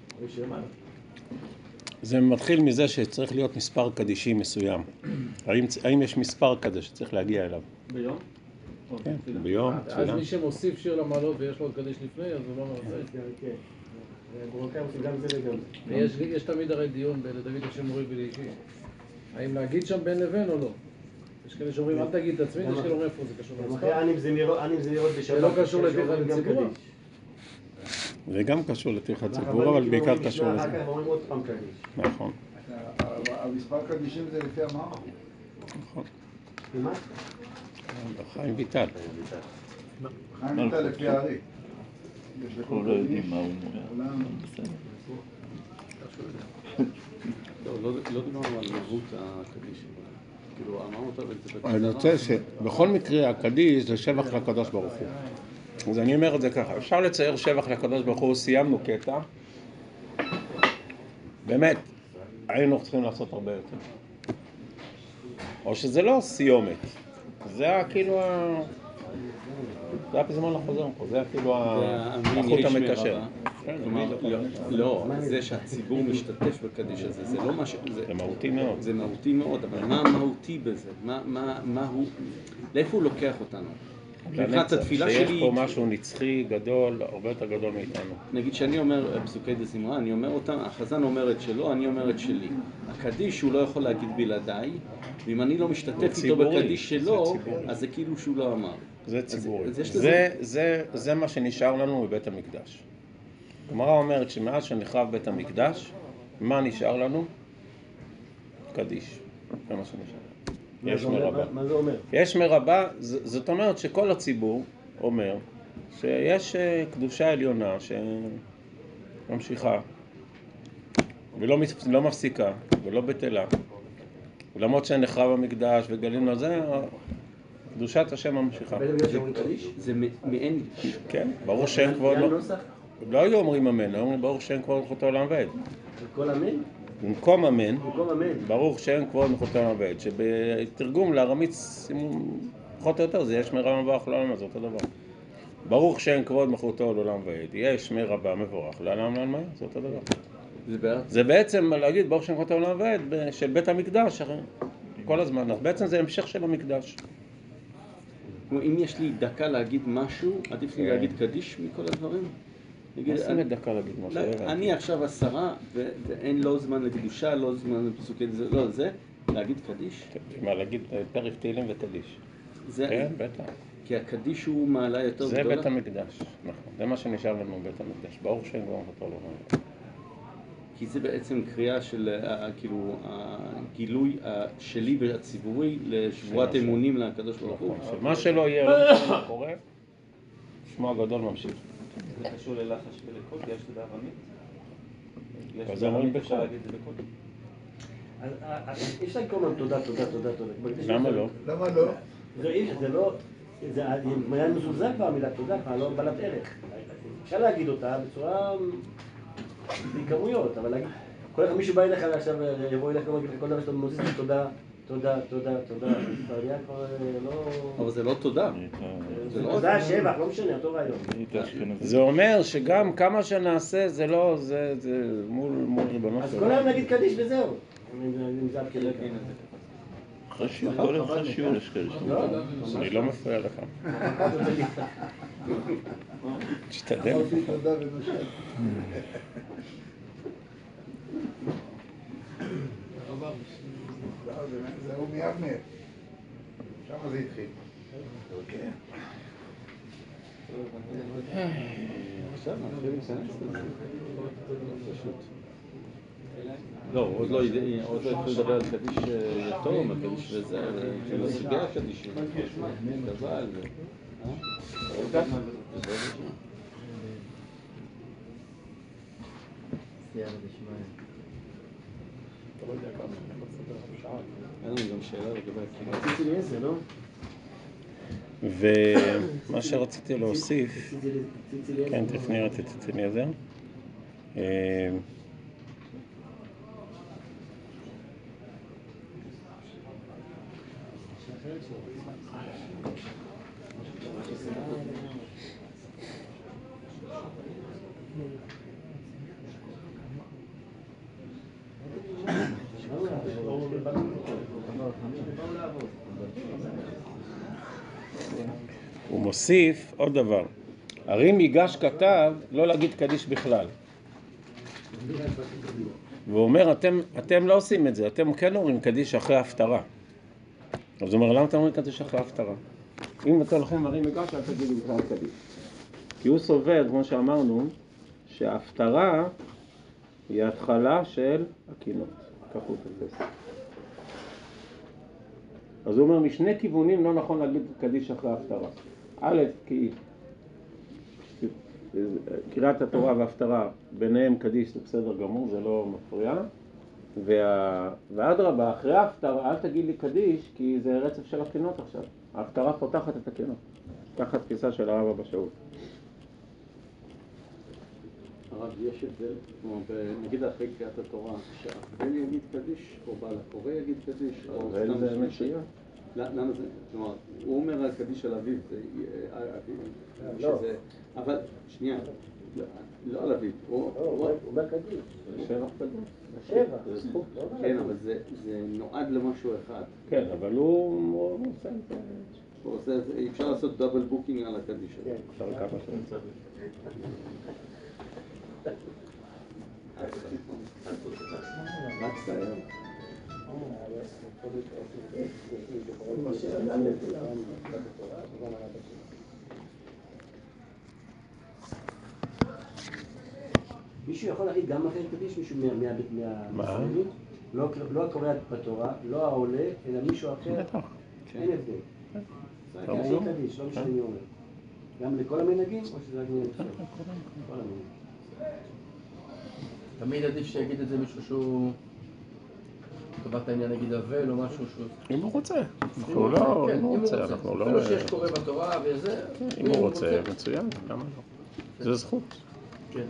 זה מתחיל מזה שצריך להיות מספר קדישים מסוים. האם, האם יש מספר כזה שצריך להגיע אליו? ביום? כן, ביום, אז תפילה. מי שמוסיף שיר למעלות ויש לו עוד קדיש לפני, אז הוא לא מרצה. כן. מרוקאים עושים גם זה וגם זה. יש תמיד הרי דיון לדוד השם מורי ולישי. האם להגיד שם בין לבין או לא? יש כאלה שאומרים, אל תגיד את עצמי, יש כאלה אומרים איפה זה קשור גם למספר. אחרי ענים זמירות בשבת. זה לא קשור לתיכת ציבור. זה גם קשור לתיכת ציבור, אבל בעיקר קשור לזה. אחר כך אומרים עוד פעם קדיש. נכון. המספר קדישים זה לפי המערכות. נכון. מה? חיים ויטל. חיים ויטל לפי הארי. אנחנו לא יודעים מה הוא אומר. לא דיברנו על מהות הקדיש. כאילו, אמרנו אותה וזה... אני רוצה שבכל מקרה הקדיש זה שבח לקדוש ברוך הוא. אז אני אומר את זה ככה, אפשר לצייר שבח לקדוש ברוך הוא, סיימנו קטע. באמת, היינו צריכים לעשות הרבה יותר. או שזה לא סיומת. זה היה כאילו ה... זה היה פזמון לחוזר פה, זה היה כאילו החוט המקשר. לא, זה שהציבור משתתף בקדיש הזה, זה לא מה ש... זה מהותי מאוד. זה מהותי מאוד, אבל מה מהותי בזה? מה הוא... לאיפה הוא לוקח אותנו? לקראת התפילה שיש שלי... פה משהו נצחי גדול, הרבה יותר גדול מאיתנו. נגיד שאני אומר פסוקי דזמרה, אני אומר אותם, החזן אומר את שלו, אני אומר את שלי. הקדיש הוא לא יכול להגיד בלעדיי, ואם אני לא משתתף איתו בקדיש שלו, אז זה כאילו שהוא לא אמר. זה ציבורי. אז, אז זה, זה, זה, זה מה שנשאר לנו בבית המקדש. הגמרא אומרת שמאז שנחרב בית המקדש, מה נשאר לנו? קדיש. זה מה שנשאר. יש מרבה. מה זה אומר? יש מרבה, זאת אומרת שכל הציבור אומר שיש קדושה עליונה שממשיכה ולא לא מפסיקה ולא בטלה. למרות שנחרב המקדש וגלים לזה, קדושת השם ממשיכה. זה מעין... כן, ברוך שם כבוד לא... לא היו אומרים אמן, היו אומרים ברוך שם כבוד מלכותו לעולם ועד. כל אמן? במקום אמן, במקום אמן. ברוך שם כבוד מלכותו לעולם ועד, שבתרגום לארמית, פחות או יותר, זה יש מרבה מבורך לעולם, זה אותו דבר. ברוך שם כבוד מלכותו לעולם ועד, יש מרבה מבורך לעולם לעולם, זה אותו דבר. זה בעצם להגיד ברוך שם כבודו לעולם ועד של בית המקדש כל הזמן, אז בעצם זה המשך של המקדש. אם יש לי דקה להגיד משהו, עדיף לי להגיד קדיש מכל הדברים? מה זאת אומרת דקה להגיד משהו? אני עכשיו עשרה ואין לו זמן לקדושה, לא זמן לפסוקי, לא זה, להגיד קדיש? מה, להגיד פרק תהילים וקדיש. כן, בטח. כי הקדיש הוא מעלה יותר גדולה. זה בית המקדש, נכון. זה מה שנשאר לנו בבית המקדש. ברוך שם כבוד מלכותו לעולם ועד. כי זה בעצם קריאה של כאילו הגילוי שלי והציבורי לשבועת אמונים לקדוש ברוך הוא. מה שלא יהיה, לא משנה מה קורה, שמו הגדול ממשיך. זה קשור ללחש ולקול, יש זה בארמית? אז זה אומרים אפשר להגיד את זה בקול? יש להם כל הזמן תודה, תודה, תודה, תודה. למה לא? למה לא? זה לא, זה היה מזוזה כבר המילה תודה, כבר לא בעלת ערך. אפשר להגיד אותה בצורה... בעיקרויות, אבל להגיד, כל אחד מישהו בא אליך עכשיו, יבוא אליך ויגיד לך כל דבר שאתה מוזיז תודה, תודה, תודה, תודה, כבר נהיה כבר לא... אבל זה לא תודה. זה תודה, שבח, לא משנה, אותו רעיון. זה אומר שגם כמה שנעשה זה לא, זה מול ריבונות. אז כל היום נגיד קדיש וזהו. חשיב, כל אחד חשיב יש כאלה. אני לא מפריע לך. תשתדל. תודה ומשל. זהו מיבנר. שם זה התחיל. עכשיו נתחיל להיכנס לזה. לא, עוד לא התחיל לדבר על קדיש יתום, על קדיש וזה, כאילו סוגי הקדישים. אבל... היה לנו גם שאלה לגבי הקהילה. רציתי לעשר, לא? ומה שרציתי להוסיף, כן, תפני רציתי לעשר. הוא מוסיף עוד דבר, הרי מיגש כתב לא להגיד קדיש בכלל. והוא אומר, אתם, אתם לא עושים את זה, אתם כן אומרים קדיש אחרי ההפטרה. אז הוא אומר, למה אתם אומרים קדיש אחרי ההפטרה? אם אתם הולכים הרי מיגש, אל תגידו בכלל קדיש. כי הוא סובר, כמו שאמרנו, שההפטרה היא ההתחלה של הקינות. כך הוא תופס. אז הוא אומר, משני כיוונים לא נכון להגיד קדיש אחרי ההפטרה. א', כי קריאת התורה וההפטרה ביניהם קדיש זה בסדר גמור, זה לא מפריע. וה... ואדרבה, אחרי ההפטרה, אל תגיד לי קדיש, כי זה רצף של הקינות עכשיו. ההפטרה פותחת את הקינות. ככה תפיסה של הרב אבא שאול. הרב, יש הבדל, נגיד אחרי קריאת התורה, שהבן יגיד קדיש, או בעל הקורא יגיד קדיש, או סתם זה מצוין. למה זה? כלומר, הוא אומר על קדיש על אביו, לא. אבל, שנייה, לא על אביו, הוא אומר קדיש. זה שבח קדוש. שבח. זה זכות. כן, אבל זה נועד למשהו אחד. כן, אבל הוא עושה את זה. פה, זה, זה, אפשר לעשות דאבל בוקינג על הקדיש הזה. כן. אפשר לקחת את זה. רצת היום. מישהו יכול להגיד גם אחרי קדיש, מישהו מהמסוימים? לא הקורא בתורה, לא העולה, אלא מישהו אחר? בטח. אין הבדל. אחרי קדיש, לא משנה מי אומר. גם לכל המנהגים, או שזה רק מנהג מסוים? כל המנהגים. תמיד עדיף שיגיד את זה מישהו שהוא... לטובת העניין נגיד אבל או משהו שהוא... אם הוא רוצה. אנחנו לא, אם הוא רוצה, אנחנו לא... אפילו שיש קורא בתורה וזה... אם הוא רוצה, מצוין, למה לא? זה זכות. כן.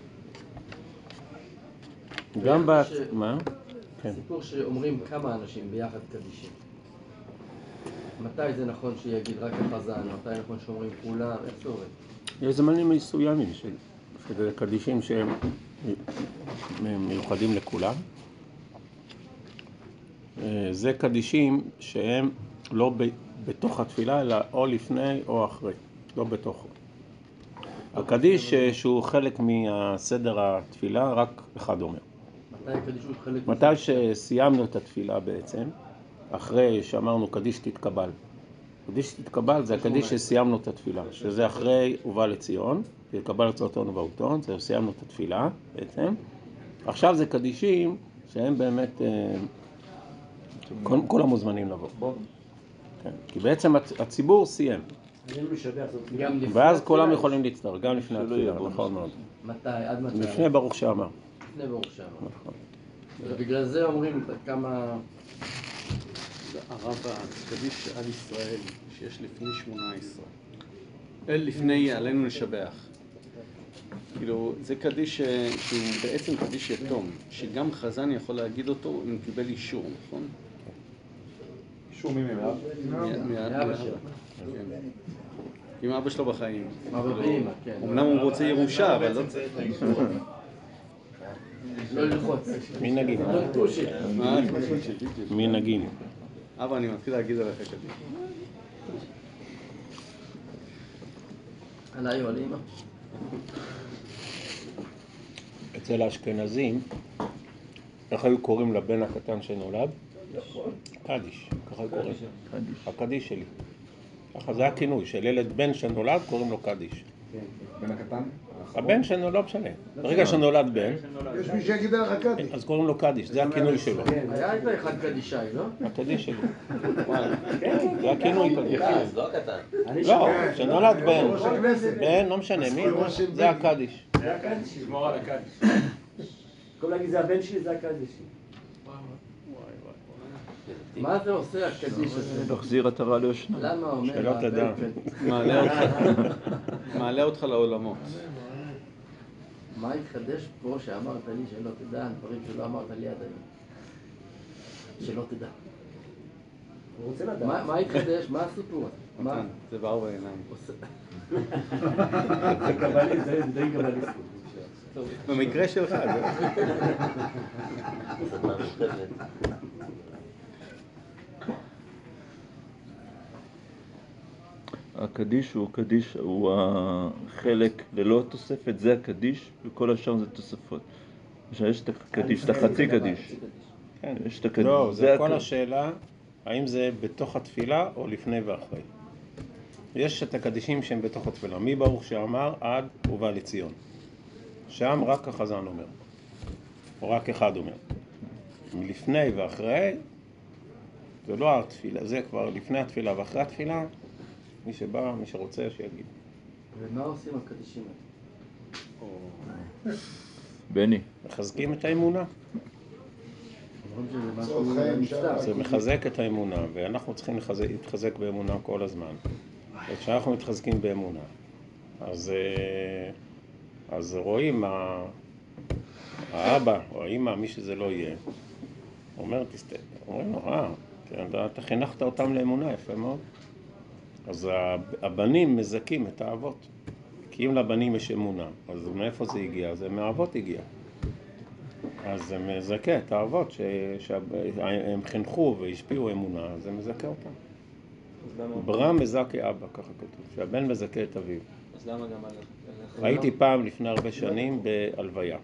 גם בת... מה? כן. סיפור שאומרים כמה אנשים ביחד קדישים. מתי זה נכון שיגיד רק החזן, מתי נכון שאומרים כולם, איך זה עובד? יש זמנים מסוימים של קדישים שהם מיוחדים לכולם. זה קדישים שהם לא בתוך התפילה, אלא או לפני או אחרי, לא בתוכו. הקדיש שהוא חלק מהסדר התפילה, רק אחד אומר. מתי הקדיש הוא חלק? מתי שסיימנו את התפילה בעצם, אחרי שאמרנו קדיש תתקבל. קדיש תתקבל זה הקדיש שסיימנו את התפילה, שזה אחרי ובא לציון, תתקבל רצותנו ובאותון, זה סיימנו את התפילה בעצם. עכשיו זה קדישים שהם באמת, כל, כל המוזמנים לבוא. כן. כי בעצם הציבור סיים. ואז כולם יכולים להצטרף, גם לפני התפילה, נכון מאוד. מתי? עד מתי? לפני ברוך שאמר. לפני ברוך שאמר. נכון. ובגלל זה אומרים כמה... הרב הקדיש על ישראל שיש לפני שמונה עשרה. אל לפני עלינו לשבח. כאילו, זה קדיש שהוא בעצם קדיש יתום, שגם חזן יכול להגיד אותו אם קיבל אישור, נכון? אישור מי מאב? מאבא שלו. עם אבא שלו בחיים. אבא ואמא, כן. אמנם הוא רוצה ירושה, אבל לא צריך... לא ללחוץ. מי נגיד? לא טושי. מי נגיד? אבא, אני מתחיל להגיד עליך קדיש. עליי או על אמא? אצל האשכנזים, איך היו קוראים לבן הקטן שנולד? קדיש, ככה היו קוראים. הקדיש שלי. ככה זה הכינוי, של ילד בן שנולד קוראים לו קדיש. בן הקטן? הבן שנולד, לא משנה. ברגע שנולד בן, יש מי שיגיד לך קדיש. אז קוראים לו קדיש, זה הכינוי שלו. היה איזה אחד קדישאי, לא? הקדיש שלי. זה הכינוי קדיש. לא קטן. לא, שנולד בן. בן, לא משנה מי, זה הקדיש. זה הקדיש. שמור על הקדיש. במקום להגיד זה הבן שלי, זה הקדיש שלי. מה זה עושה הקדיש הזה? תחזיר עטרה ליושנה. למה אומר... שאלות אדם. מעלה אותך, מעלה אותך לעולמות. מה התחדש פה שאמרת לי שלא תדע, דברים שלא אמרת לי עד היום? שלא תדע. הוא רוצה לדעת. מה מה התחדש? מה הסיפור? מה? מתן, זה בארבע עיניים. זה קבליסט, זה די קבליסט. במקרה שלך, זה... סדנה משתלת. הקדיש הוא קדיש, הוא החלק ללא תוספת, זה הקדיש, וכל השאר זה תוספות. יש את הקדיש, את החצי קדיש. יש את הקדיש. לא, זה כל השאלה, האם זה בתוך התפילה או לפני ואחרי. יש את הקדישים שהם בתוך התפילה, מי ברוך שאמר עד ובא לציון. שם רק החזן אומר, או רק אחד אומר. מלפני ואחרי, זה לא התפילה, זה כבר לפני התפילה ואחרי התפילה, מי שבא, מי שרוצה, שיגיד. ומה עושים הקדישים האלה? בני. מחזקים את האמונה. זה מחזק את האמונה, ואנחנו צריכים להתחזק באמונה כל הזמן. וכשאנחנו מתחזקים באמונה, אז, אז רואים, האבא או האמא, מי שזה לא יהיה, אומר, תסתכל, אומרים לו, אה, אתה חינכת אותם לאמונה, יפה מאוד. אז הבנים מזכים את האבות. כי אם לבנים יש אמונה, אז מאיפה זה הגיע? זה מהאבות הגיע. אז זה מזכה את האבות שהם חינכו והשפיעו אמונה, אז זה מזכה אותם. ברא מזכה אבא, ככה כתוב, שהבן מזכה את אביו. אז למה גם על... ראיתי פעם לפני הרבה שנים בהלוויה,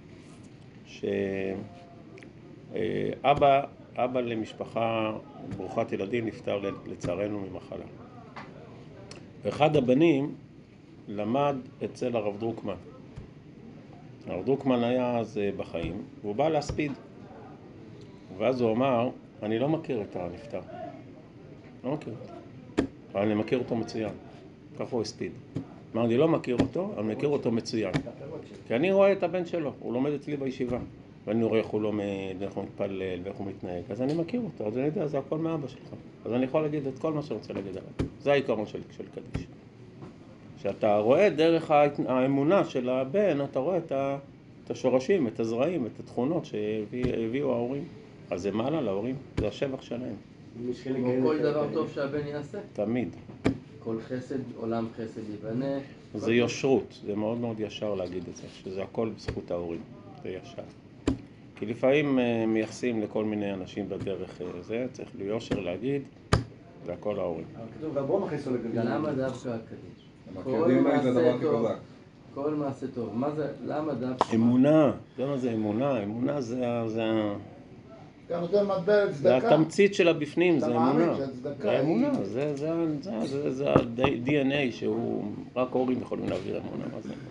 שאבא, אבא למשפחה ברוכת ילדים נפטר לצערנו ממחלה. ואחד הבנים למד אצל הרב דרוקמן. הרב דרוקמן היה אז בחיים, והוא בא להספיד. ואז הוא אמר, אני לא מכיר את הנפטר. לא מכיר אותו. אבל אני מכיר אותו מצוין. ככה הוא הספיד. אמר, אני לא מכיר אותו, אבל מכיר אותו מצוין. כי אני רואה את הבן שלו, הוא לומד אצלי בישיבה. ואני רואה איך הוא לומד, איך הוא מתפלל, ואיך הוא מתנהג. אז אני מכיר אותו, אז אני יודע, זה הכל מאבא שלך. אז אני יכול להגיד את כל מה שאני רוצה להגיד עליו. זה העיקרון של, של קדיש. כשאתה רואה דרך האמונה של הבן, אתה רואה את, ה, את השורשים, את הזרעים, את התכונות שהביאו ההורים. אז זה מעלה להורים, זה השבח שלהם. כמו כל דבר טוב שהבן יעשה. תמיד. כל חסד, עולם חסד ייבנה. זה יושרות, זה מאוד מאוד ישר להגיד את זה, שזה הכל בזכות ההורים, זה ישר. כי לפעמים מייחסים לכל מיני אנשים בדרך זה, צריך ליושר להגיד, זה הכל ההורים. כתוב, בואו מכניסו לגלגל. למה דווקא הקדיש? כל מעשה טוב. כל מעשה טוב. מה זה, למה דווקא? אמונה, זה מה זה אמונה, אמונה זה אתה נותן מטבע צדקה. זה התמצית של הבפנים, זה אתה אמונה. מאמין שהצדקה זה אמונה, היא- זה- זה- זה- זה- זה ה-די אן איי שהוא, רק הורים יכולים להעביר אמונה, מה זה?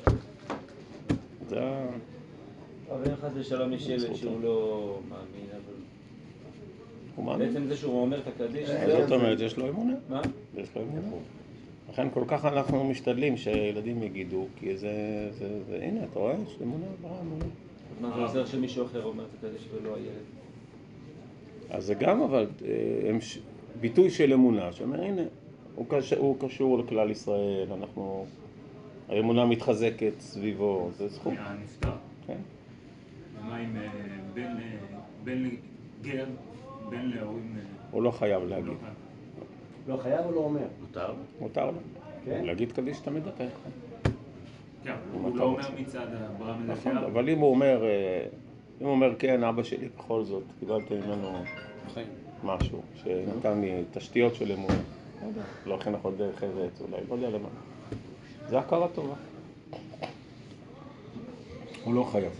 זה ה... אבל אם חס ושלום יש ילד שהוא לא מאמין, אבל... הוא מאמין. בעצם זה שהוא אומר את הקדיש... אז זאת אומרת, יש לו אמונה. מה? יש לו אמונה. לכן כל כך אנחנו משתדלים שילדים יגידו, כי זה, זה, זה, הנה, אתה רואה, יש אמונה, ברא אמונה. מה זה עוזר שמישהו אחר אומר את הקדיש ולא הילד? אז זה גם אבל הם ש... ביטוי של אמונה, שאומר, הנה, הוא, קש... הוא קשור לכלל ישראל, אנחנו, האמונה מתחזקת סביבו, זה זכות. הנפטר. כן. ומה עם אה, בן, אה, בן לגר, בן להורים... אה, הוא לא חייב להגיד. לא חייב או לא אומר? מותר? מותר לו. כן? להגיד קדיש תמיד אתה יכול. כן, אם הוא אתה לא אומר רוצה. מצד הברא מזכה. נכון, אבל אם הוא אומר, אה, אם הוא אומר, כן, אבא שלי בכל זאת, קיבלתי ממנו משהו, שנתן לי תשתיות של אמונה. לא יודע, לא הכי נכון דרך ארץ, אולי, לא יודע למה. זה הכרה טובה. הוא לא חייב.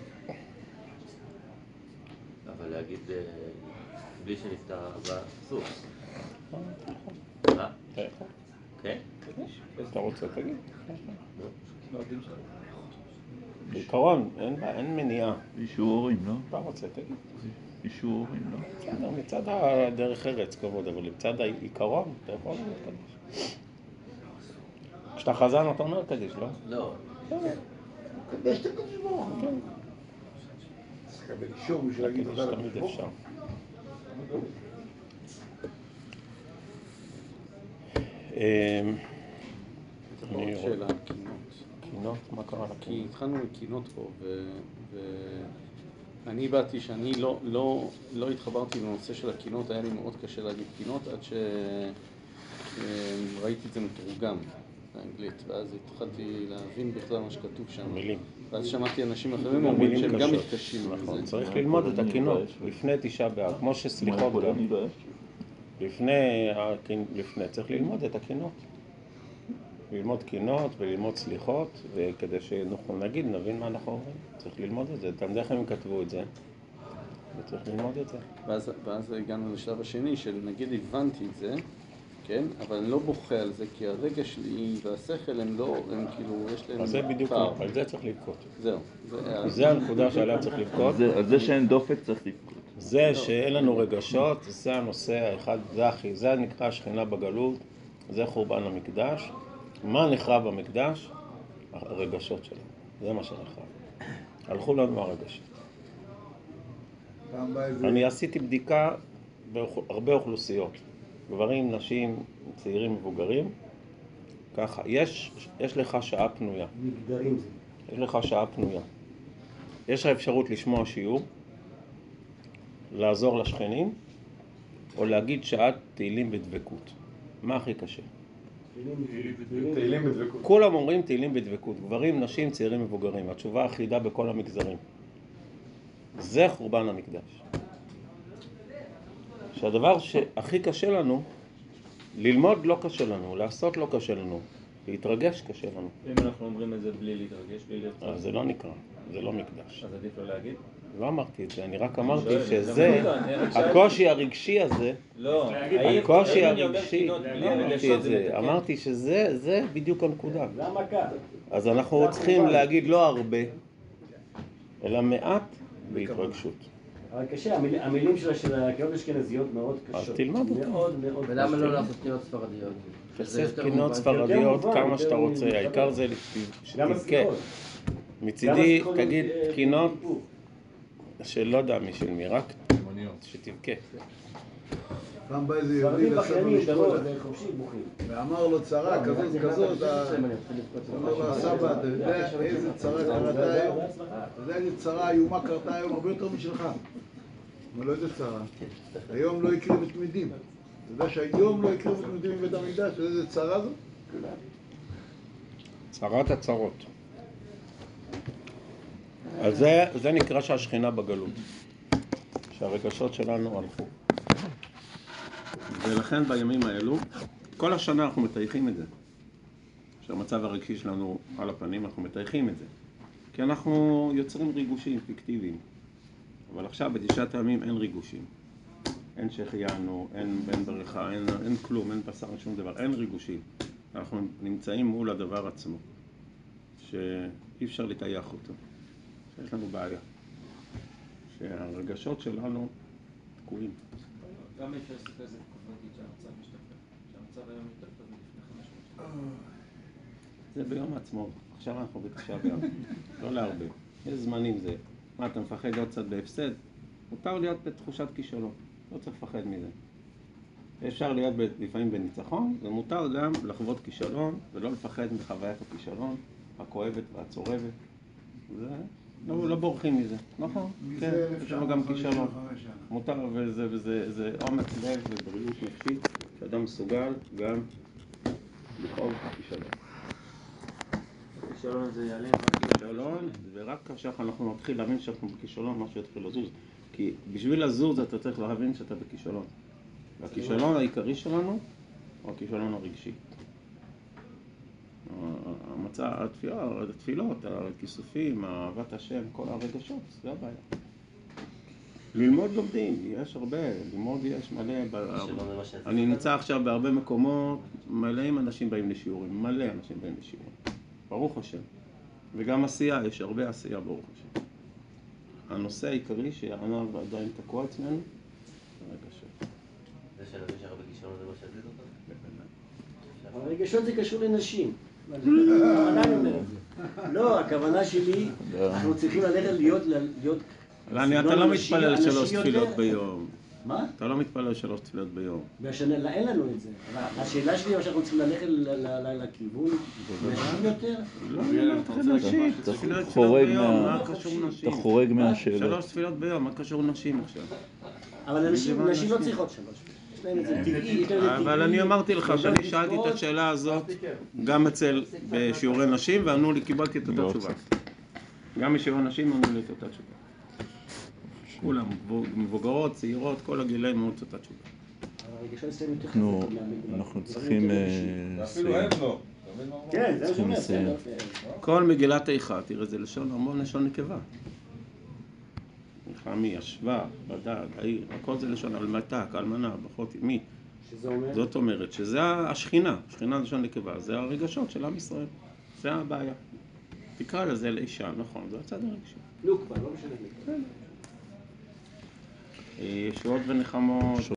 אבל להגיד אה, בלי שנפטר אבא, אסור. מה? אתה יכול. כן? אתה רוצה, תגיד. בעיקרון, אין בה- אין מניעה. אישור הורים, לא? אתה רוצה, תגיד. אישור הורים, לא? בסדר, מצד הדרך ארץ כבוד, אבל מצד העיקרון, אתה יכול להגיד קדיש. כשאתה חזן אתה אומר קדיש, לא? לא. קדש את הקדוש ברוך הוא. צריך לקבל אישור בשביל להגיד קדיש תודה תמיד לקדוש ברוך אפשר. אמ, אני שאלה, רואה. קינות. קינות? מה קרה כי לקינות? התחלנו מקינות פה, ואני באתי שאני לא, לא, לא התחברתי לנושא של הקינות, היה לי מאוד קשה להגיד קינות, עד שראיתי את זה מתורגם באנגלית, ואז התחלתי להבין בכלל מה שכתוב שם. מילים. ואז שמעתי אנשים אחרים אומרים שהם גם קשות. מתקשים נכון, לזה. צריך ללמוד את הקינות לפני תשעה באב, כמו שסליחות גם. אני לא אוהב. לפני, הקינ- לפני, צריך ללמוד את הקינות. ללמוד קינות וללמוד סליחות, וכדי שאנחנו נגיד, נבין מה אנחנו אומרים. צריך ללמוד את זה. תלמידי חכמים כתבו את זה, וצריך ללמוד את זה. ואז, ואז הגענו לשלב השני של נגיד הבנתי את זה, כן? אבל אני לא בוכה על זה, כי הרגש שלי והשכל הם לא, הם כאילו, יש להם אז זה בדיוק, פער. על זה צריך לבכות. זהו. זה, זה הנקודה שעליה צריך לבכות. זה- על זה שאין דופק צריך לבכות. זה שאין לנו רגשות, זה הנושא האחד, זה הכי, זה נקרא השכינה בגלות, זה חורבן המקדש. מה נחרב במקדש? הרגשות שלנו, זה מה שנחרב. הלכו לנו הרגשות. פעם בא איזה... אני עשיתי בדיקה בהרבה אוכלוסיות, גברים, נשים, צעירים, מבוגרים, ככה, יש, יש לך שעה פנויה, מגדרים זה. יש לך שעה פנויה. יש לך אפשרות לשמוע שיעור, לעזור לשכנים, או להגיד שעת תהילים בדבקות. מה הכי קשה? תהילים בדבקות. כולם אומרים תהילים בדבקות, גברים, נשים, צעירים, מבוגרים. התשובה אחידה בכל המגזרים. זה חורבן המקדש. שהדבר שהכי קשה לנו ללמוד לא קשה לנו, לעשות לא קשה לנו, להתרגש קשה לנו. אם אנחנו אומרים את זה בלי להתרגש, בלי להתרגש. אז זה לא נקרא, זה לא מקדש. אז עדיף לא להגיד? לא אמרתי את זה, אני רק אמרתי שזה, הקושי הרגשי הזה, לא, הקושי הרגשי, לא אמרתי את זה, אמרתי שזה, זה בדיוק הנקודה. זה המכה. אז אנחנו צריכים להגיד לא הרבה, אלא מעט בהתרגשות. אבל קשה, המיל- המילים של של הקריאות האשכנזיות מאוד קשות. אז תלמד אותם. מאוד מאוד ולמה קשות. לא לעשות קריאות ספרדיות? תעשה קינות ספרדיות מובן, כמה יותר שאתה רוצה, מובן. העיקר זה גם שתזכה. השיחות. מצידי גם השיחות תגיד עם- עם- קינות עם- שלא יודע מי של מי, רק שתבכה. פעם בא איזה יהודי ספרדים לסבא בכיינים, תבוא, משקולה, זה חופשי, בוכים. ואמר לו צרה כזאת כזאת, אמר לו הסבא, אתה יודע איזה צרה קרתה היום? אתה יודע איזה צרה איומה קרתה היום הרבה יותר משלך. אמר לו איזה צרה? היום לא הקריבו תמידים. אתה יודע שהיום לא הקריבו תמידים מבית המקדש, איזה צרה זאת? צרת הצרות. אז זה, זה נקרא שהשכינה בגלות, שהרגשות שלנו הלכו. ולכן בימים האלו, כל השנה אנחנו מטייחים את זה. שהמצב הרגשי שלנו על הפנים, אנחנו מטייחים את זה. כי אנחנו יוצרים ריגושים פיקטיביים. אבל עכשיו בתשעת הימים אין ריגושים. אין שהחיינו, אין בן בריכה, אין, אין כלום, אין בשר, שום דבר, אין ריגושים. אנחנו נמצאים מול הדבר עצמו, שאי אפשר לטייח אותו. שיש לנו בעיה. שהרגשות שלנו תקועים. גם אפשר לעשות איזה תקופתית שהמצב משתפר. שהמצב היום יותר טוב מלפני חמש מאות. זה ביום העצמאות. עכשיו אנחנו בתשעה באב. לא להרבה. יש זמנים זה. מה, אתה מפחד להיות קצת בהפסד? מותר להיות בתחושת כישלון. לא צריך לפחד מזה. אפשר להיות לפעמים בניצחון, ומותר גם לחוות כישלון, ולא לפחד מחוויית הכישלון, הכואבת והצורבת. זה... לא, לא בורחים מזה, נכון? כן, יש לנו גם כישלון. מותר, וזה, וזה, זה אומץ לב ובריאות נפשית, שאדם מסוגל גם לכאוב כישלון. הכישלון הזה ייעלם. כישלון, ורק כאשר אנחנו נתחיל להבין שאנחנו בכישלון, משהו יתחיל לזוז. כי בשביל לזוז אתה צריך להבין שאתה בכישלון. והכישלון העיקרי שלנו הוא הכישלון הרגשי. המצע, התפילות, התפילות, הכיסופים, אהבת השם, כל הרגשות, זה הבעיה. ללמוד לומדים, יש הרבה, ללמוד יש מלא. אני נמצא עכשיו בהרבה מקומות, מלא אנשים באים לשיעורים, מלא אנשים באים לשיעורים. ברוך השם. וגם עשייה, יש הרבה עשייה, ברוך השם. הנושא העיקרי שהענב עדיין תקוע אצלנו, זה רגשות. זה שלנו יש הרבה כישלון זה מה שעזית אותנו? הרגשות זה קשור לנשים. לא, הכוונה שלי, אנחנו צריכים ללכת להיות... אתה לא מתפלל שלוש תפילות ביום. מה? אתה לא מתפלל שלוש תפילות ביום. אין לנו את זה. השאלה שלי היא שאנחנו צריכים ללכת לכיוון נשים יותר? לא, לא, תחיל נשית. תפילות ביום, מה קשור נשים? אתה חורג מהשאלות. שלוש תפילות ביום, מה קשור נשים עכשיו? אבל נשים לא צריכות שלוש. אבל אני אמרתי לך שאני שאלתי את השאלה הזאת גם אצל בשיעורי נשים וענו לי, קיבלתי את אותה תשובה. גם בשיעורי נשים ענו לי את אותה תשובה. כולם, מבוגרות, צעירות, כל הגילאים ענו את אותה תשובה. אנחנו צריכים לסיים. כן, זה מה שאומר. כל מגילת איכה, תראה, זה לשון המון לשון נקבה. חמי, ישבה, בדד, העיר, הכל זה לשון, אלמתה, אלמנה, ברכות, מי? שזה אומר? זאת אומרת שזה השכינה, שכינה לשון נקבה, זה הרגשות של עם ישראל, זה הבעיה. תקרא לזה לאישה, נכון, זה הצד הרגשי. נוקבה, לא משנה. ישועות ונחמות.